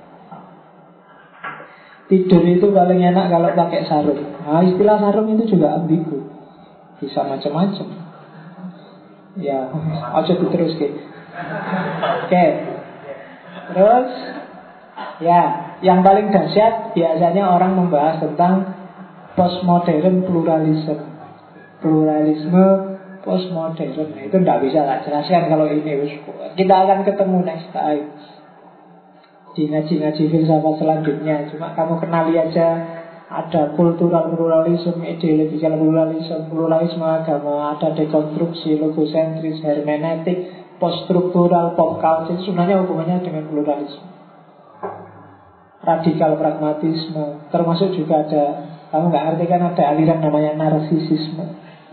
Tidur itu paling enak kalau pakai sarung. Nah istilah sarung itu juga ambigu, bisa macam-macam. Ya, aja terus ke. Oke. Terus ya, yang paling dahsyat biasanya orang membahas tentang postmodern pluralisme. Pluralisme postmodern itu tidak bisa tak jelaskan kalau ini. Kita akan ketemu next time di ngaji-ngaji filsafat selanjutnya. Cuma kamu kenali aja. Ada kultural pluralisme, ideological pluralisme, pluralisme agama, ada dekonstruksi, logosentris, hermeneutik, poststruktural, pop culture. Sebenarnya hubungannya dengan pluralisme. Radikal pragmatisme, termasuk juga ada, kamu nggak ngerti kan, ada aliran namanya narsisisme.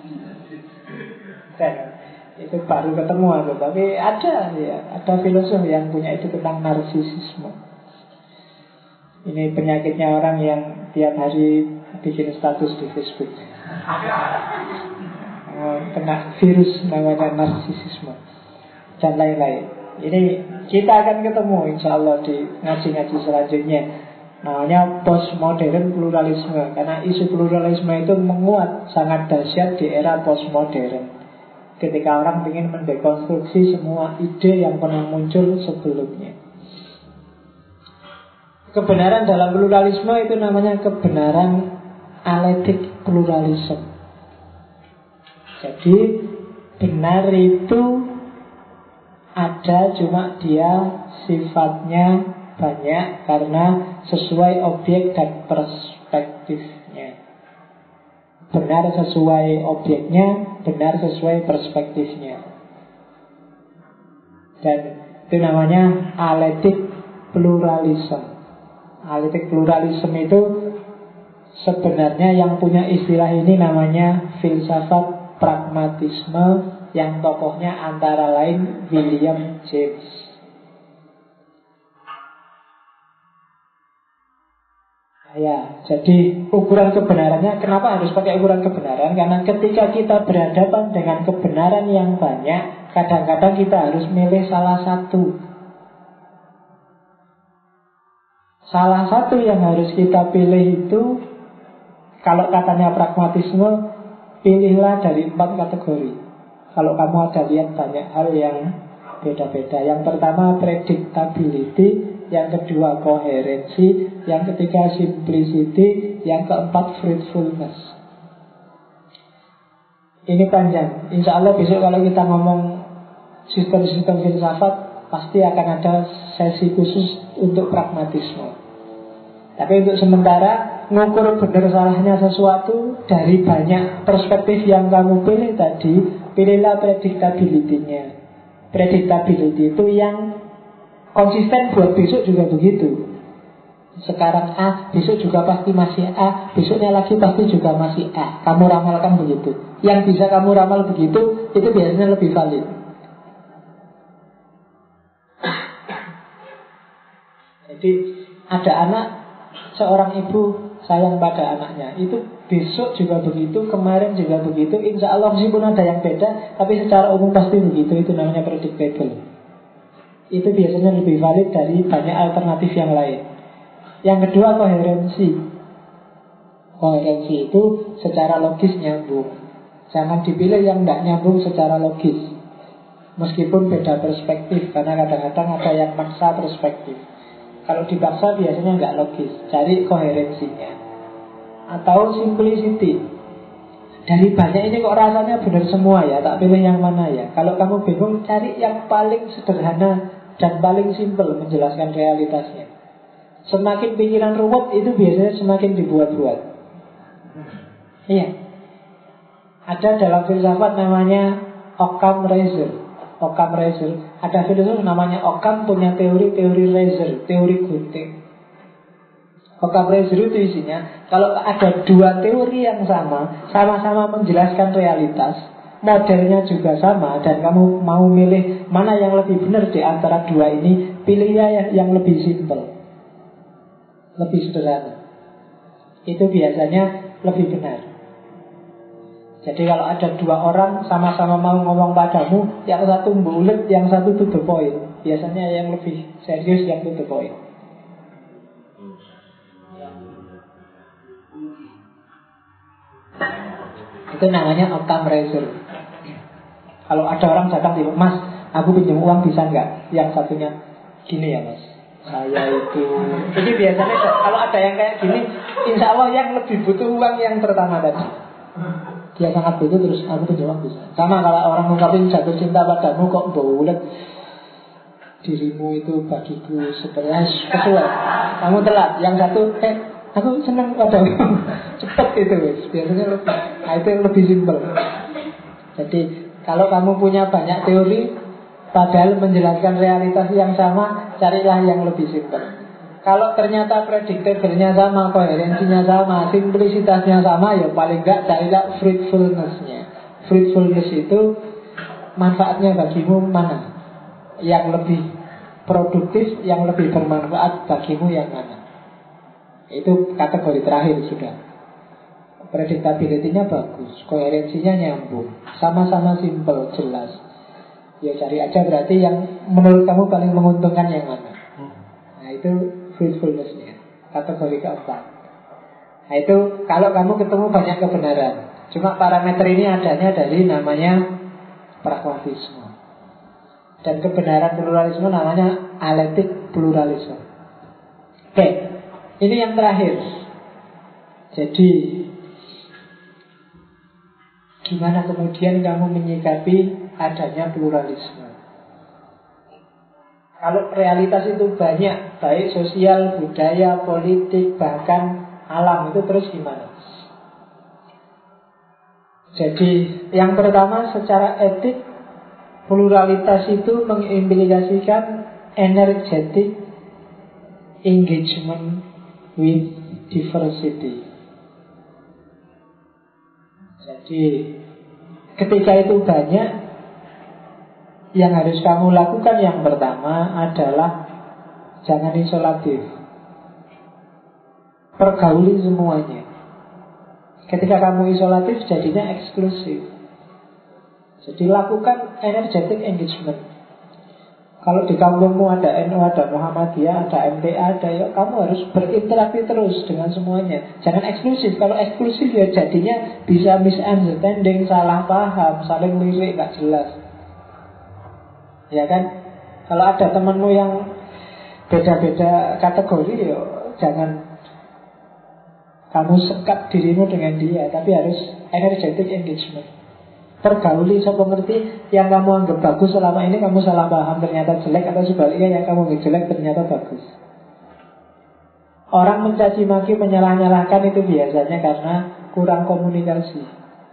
Dan itu baru ketemu aku, tapi ada ya, ada filosof yang punya itu tentang narsisisme. Ini penyakitnya orang yang tiap hari bikin status di Facebook. Kena virus namanya narsisisme dan lain-lain. Ini kita akan ketemu insya Allah di ngaji-ngaji selanjutnya. Namanya postmodern pluralisme, karena isu pluralisme itu menguat sangat dahsyat di era postmodern. Ketika orang ingin mendekonstruksi semua ide yang pernah muncul sebelumnya. Kebenaran dalam pluralisme itu namanya kebenaran aletik pluralisme. Jadi benar itu ada, cuma dia sifatnya banyak karena sesuai objek dan perspektifnya. Benar sesuai objeknya, benar sesuai perspektifnya. Dan itu namanya aletik pluralisme. Aletik pluralisme itu sebenarnya yang punya istilah ini namanya filsafat pragmatisme, yang tokohnya antara lain William James. Ya, jadi ukuran kebenarannya, kenapa harus pakai ukuran kebenaran? Karena ketika kita berhadapan dengan kebenaran yang banyak, kadang-kadang kita harus milih salah satu. Salah satu yang harus kita pilih itu, kalau katanya pragmatisme, pilihlah dari 4 kategori. Kalau kamu ada lihat banyak hal yang beda-beda. Yang pertama predictability, yang kedua koherensi, yang ketiga simplicity, yang keempat fruitfulness. Ini panjang. Insya Allah besok kalau kita ngomong sistem-sistem filsafat, pasti akan ada sesi khusus untuk pragmatisme. Tapi untuk sementara, ngukur benar salahnya sesuatu dari banyak perspektif yang kamu pilih tadi, pilihlah predictability-nya. Predictability itu yang konsisten buat besok juga begitu. Sekarang A, besok juga pasti masih A, besoknya lagi pasti juga masih A. Kamu ramalkan begitu. Yang bisa kamu ramal begitu, itu biasanya lebih valid. Jadi ada anak, seorang ibu sayang pada anaknya, itu besok juga begitu, kemarin juga begitu, insya Allah meskipun ada yang beda, tapi secara umum pasti begitu. Itu namanya predictable. Itu biasanya lebih valid dari banyak alternatif yang lain. Yang kedua koherensi. Koherensi itu secara logis nyambung. Jangan dipilih yang tidak nyambung secara logis, meskipun beda perspektif, karena kadang-kadang ada yang maksa perspektif. Kalau dipaksa biasanya nggak logis. Cari koherensinya. Atau simplicity. Dari banyak ini kok rasanya benar semua ya, tak pilih yang mana ya. Kalau kamu bingung, cari yang paling sederhana dan paling simpel menjelaskan realitasnya. Semakin pikiran ruwet, itu biasanya semakin dibuat-buat. Iya. Ada dalam filsafat namanya Occam Razor. Occam Razor. Ada filsuf namanya Occam, punya teori Razor, teori gunting. Occam Razor itu isinya, kalau ada dua teori yang sama-sama menjelaskan realitas, modelnya juga sama, dan kamu mau milih mana yang lebih benar di antara dua ini, pilihnya yang lebih simple, lebih sederhana. Itu biasanya lebih benar. Jadi kalau ada dua orang sama-sama mau ngomong padamu, yang satu bulat, yang satu to the point. Biasanya yang lebih serius yang to the point. Itu namanya Occam Razor. Kalau ada orang datang tiba, Mas, aku pinjam uang bisa nggak? Yang satunya, gini ya Mas, saya itu. Jadi biasanya kalau ada yang kayak gini, insya Allah yang lebih butuh uang yang pertama tadi. Dia sangat butuh, terus aku pinjam uang bisa. Sama kalau orang mengungkapin jatuh cinta padamu kok bulat, dirimu itu bagiku sebenarnya sesuai. Kamu telat. Yang satu, aku senang padamu. Cepat itu, biasanya lebih. Nah, itu yang lebih simpel. Jadi kalau kamu punya banyak teori, padahal menjelaskan realitas yang sama, carilah yang lebih simpel. Kalau ternyata predictable-nya sama, koherensinya sama, simplicitasnya sama, ya paling enggak carilah fruitfulness-nya. Fruitfulness itu manfaatnya bagimu mana? Yang lebih produktif, yang lebih bermanfaat bagimu yang mana? Itu kategori terakhir sudah. Predictability-nya bagus, koherensinya nyambung, sama-sama simple, jelas. Ya cari aja berarti yang menurut kamu paling menguntungkan yang mana. Nah itu fruitfulness-nya, kategori keempat. Nah itu kalau kamu ketemu banyak kebenaran. Cuma parameter ini adanya dari namanya pragmatisme. Dan kebenaran pluralisme namanya alectic pluralisme. Oke, ini yang terakhir. Jadi gimana kemudian kamu menyikapi adanya pluralisme? Kalau realitas itu banyak, baik sosial, budaya, politik, bahkan alam, itu terus gimana? Jadi yang pertama secara etik, pluralitas itu mengimplikasikan energetic engagement with diversity. Jadi ketika itu banyak, yang harus kamu lakukan yang pertama adalah jangan isolatif. Pergauli semuanya. Ketika kamu isolatif jadinya eksklusif. Jadi lakukan energetic engagement. Kalau di kampungmu ada NU, ada Muhammadiyah, ada MTA, ada ya, kamu harus berinteraksi terus dengan semuanya. Jangan eksklusif. Kalau eksklusif ya jadinya bisa misunderstanding, salah paham, saling lirik, gak jelas. Ya kan? Kalau ada temanmu yang beda-beda kategori, ya jangan kamu sekat dirimu dengan dia, tapi harus energetic engagement. Pergauli siapa ngerti yang kamu anggap bagus selama ini kamu salah paham ternyata jelek, atau sebaliknya yang kamu anggap jelek ternyata bagus. Orang mencaci maki, menyalah-nyalahkan itu biasanya karena kurang komunikasi.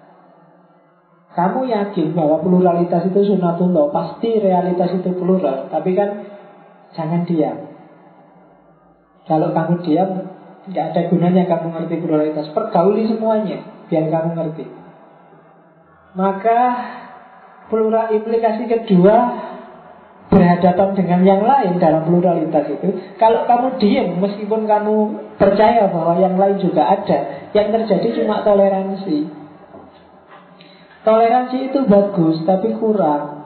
Kamu yakin bahwa pluralitas itu sunatullah, pasti realitas itu plural, tapi kan jangan diam. Kalau kamu diam, nggak ada gunanya kamu ngerti pluralitas. Pergauli semuanya biar kamu ngerti. Maka plural implikasi kedua, berhadapan dengan yang lain dalam pluralitas itu. Kalau kamu diam, meskipun kamu percaya bahwa yang lain juga ada, yang terjadi cuma toleransi. Toleransi itu bagus, tapi kurang.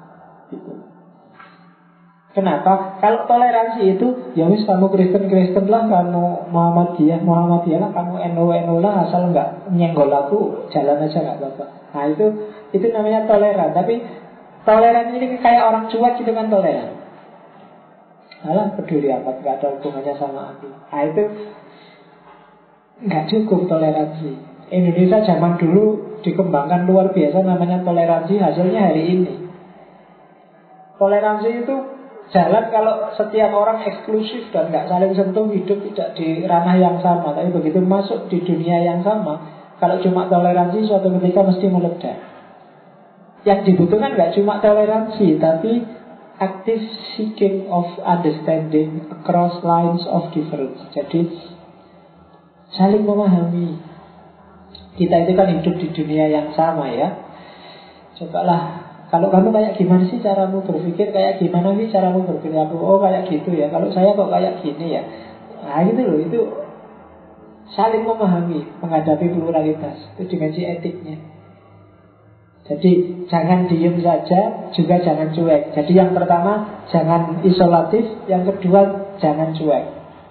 Kenapa? Kalau toleransi itu, ya wis kamu Kristen lah, kamu Muhammadiyah lah, kamu NU lah, asal nggak nyenggol aku, jalan aja nggak apa-apa. Nah itu namanya toleran. Tapi toleran ini kayak orang cuek gitu kan toleran. Alah peduli amat, nggak ada hubungannya sama aku. Nah itu nggak cukup toleransi. Indonesia zaman dulu dikembangkan luar biasa namanya toleransi, hasilnya hari ini. Toleransi itu jalan kalau setiap orang eksklusif dan nggak saling sentuh, hidup tidak di ranah yang sama. Tapi begitu masuk di dunia yang sama, kalau cuma toleransi suatu ketika mesti meledak. Yang dibutuhkan nggak cuma toleransi, tapi active seeking of understanding across lines of difference. Jadi saling memahami. Kita itu kan hidup di dunia yang sama ya. Cobalah, kalau kamu kayak gimana sih caramu berpikir, kayak gimana sih caramu berpikir aku, oh kayak gitu ya, kalau saya kok kayak gini ya. Nah gitu loh, itu saling memahami, menghadapi pluralitas. Itu dimensi etiknya. Jadi jangan diem saja, juga jangan cuek. Jadi yang pertama jangan isolatif, yang kedua jangan cuek.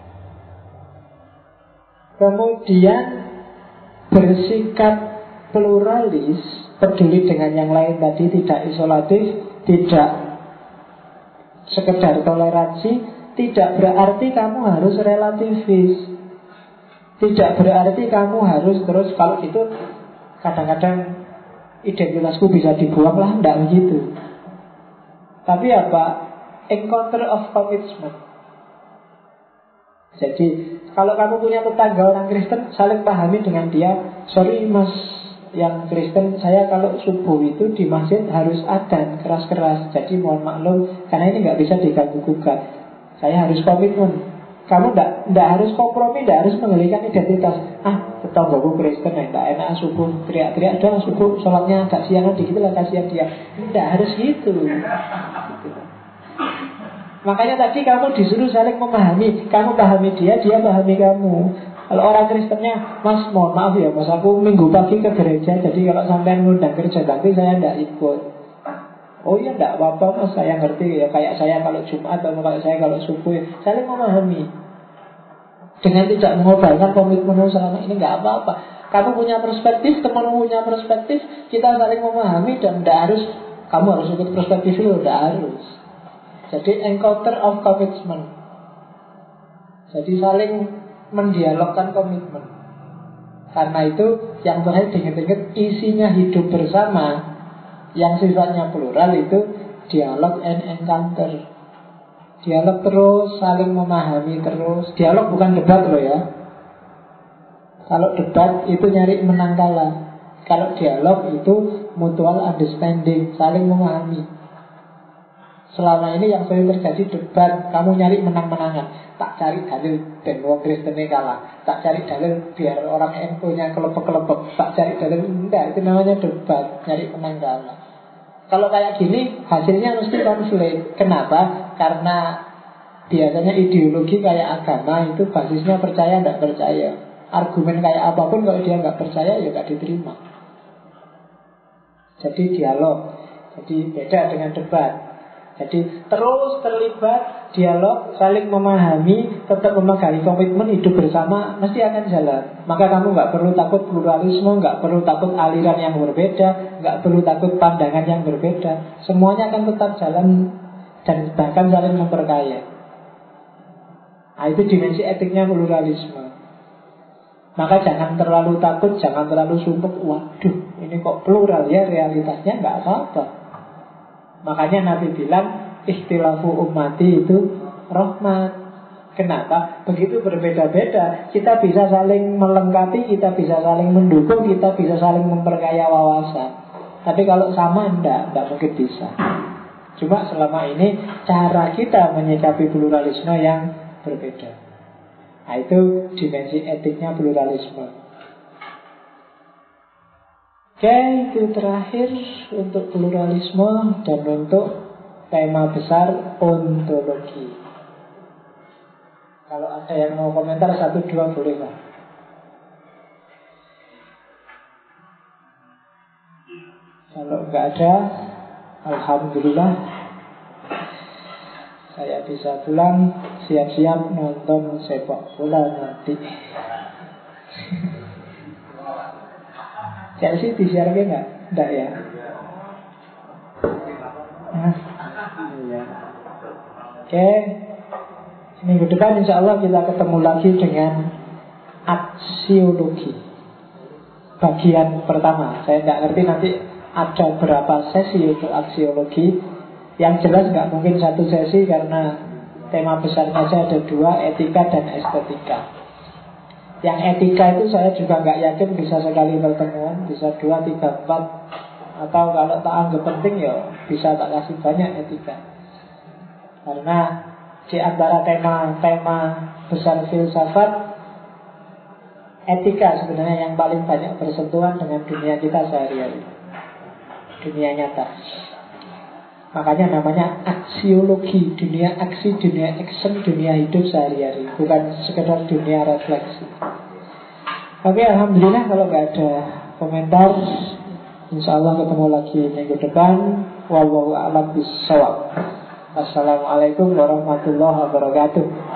Kemudian bersikap pluralis, peduli dengan yang lain tadi, tidak isolatif, tidak sekedar toleransi. Tidak berarti kamu harus relativis, tidak berarti kamu harus terus, kalau gitu kadang-kadang identitasku bisa dibuang lah, enggak begitu. Tapi apa? Encounter of commitment. Jadi kalau kamu punya tetangga orang Kristen, saling pahami dengan dia. Sorry mas yang Kristen, saya kalau subuh itu di masjid harus adzan keras-keras. Jadi mohon maklum, karena ini nggak bisa diganggu-gugat. Saya harus komitmen. Kamu nggak harus kompromi, nggak harus menggalikan identitas. Tetanggaku Kristen, nggak enak subuh teriak-teriak, dah subuh sholatnya agak siangan dikit lah, kasihan dia. Nggak harus gitu. Makanya tadi kamu disuruh saling memahami. Kamu pahami dia, dia pahami kamu. Kalau orang Kristennya, mas mohon maaf ya mas, aku minggu pagi ke gereja, jadi kalau sampai ngundang kerja nanti saya tidak ikut. Oh iya tidak apa-apa mas, saya ngerti ya. Kayak saya kalau Jumat atau kalau saya kalau subuh, saling memahami. Dengan tidak mengorbankan komitmen selama ini nggak apa-apa. Kamu punya perspektif, temanmu punya perspektif, kita saling memahami dan tidak harus kamu harus ikut perspektif itu, tidak harus. Jadi encounter of commitment. Jadi saling mendialogkan komitmen. Karena itu yang terakhir diingat-ingat, isinya hidup bersama yang sifatnya plural itu dialog and encounter. Dialog terus, saling memahami terus. Dialog bukan debat loh ya. Kalau debat itu nyari menang kalah. Kalau dialog itu mutual understanding, saling memahami. Selama ini yang sering terjadi debat, kamu nyari menang-menangan. Tak cari dalil dan wong Kristennya kalah, tak cari dalil biar orang NU-nya kelepek-kelepek, tak cari dalil, enggak, itu namanya debat, nyari menang kalah. Kalau kayak gini hasilnya mesti konflik. Kenapa? Karena biasanya ideologi kayak agama itu basisnya percaya enggak percaya. Argumen kayak apapun kalau dia enggak percaya ya enggak diterima. Jadi dialog. Jadi beda dengan debat. Jadi terus terlibat, dialog, saling memahami, tetap memegang komitmen hidup bersama, mesti akan jalan. Maka kamu nggak perlu takut pluralisme, nggak perlu takut aliran yang berbeda, nggak perlu takut pandangan yang berbeda. Semuanya akan tetap jalan dan bahkan saling memperkaya. Nah, itu dimensi etiknya pluralisme. Maka jangan terlalu takut, jangan terlalu sumpek. Waduh, ini kok plural ya, realitasnya nggak apa-apa. Makanya Nabi bilang ikhtilafu ummati itu rahmat. Kenapa? Begitu berbeda-beda, kita bisa saling melengkapi, kita bisa saling mendukung, kita bisa saling memperkaya wawasan. Tapi kalau sama enggak mungkin bisa. Cuma selama ini cara kita menyikapi pluralisme yang berbeda. Nah, itu dimensi etiknya pluralisme. Oke, itu terakhir untuk pluralisme dan untuk tema besar ontologi. Kalau ada yang mau komentar 1-2 boleh Pak. Kalau nggak ada, alhamdulillah saya bisa pulang, siap-siap nonton sepak bola nanti. Chelsea disiarkan nggak? Nggak ya? Iya. Oke. Minggu depan insya Allah kita ketemu lagi dengan aksiologi. Bagian pertama. Saya nggak ngerti nanti ada berapa sesi untuk aksiologi. Yang jelas nggak mungkin satu sesi karena tema besarnya saja ada 2, etika dan estetika. Yang etika itu saya juga nggak yakin bisa sekali pertemuan, bisa 2, 3, 4. Atau kalau tak anggap penting ya bisa tak kasih banyak etika. Karena di antara tema-tema besar filsafat, etika sebenarnya yang paling banyak bersentuhan dengan dunia kita sehari-hari, dunia nyata. Makanya namanya aksiologi, dunia aksi, dunia action, dunia hidup sehari-hari, bukan sekedar dunia refleksi. Oke, alhamdulillah kalau nggak ada komentar, insya Allah ketemu lagi minggu depan. Wallahu a'lam bishawab. Assalamualaikum warahmatullahi wabarakatuh.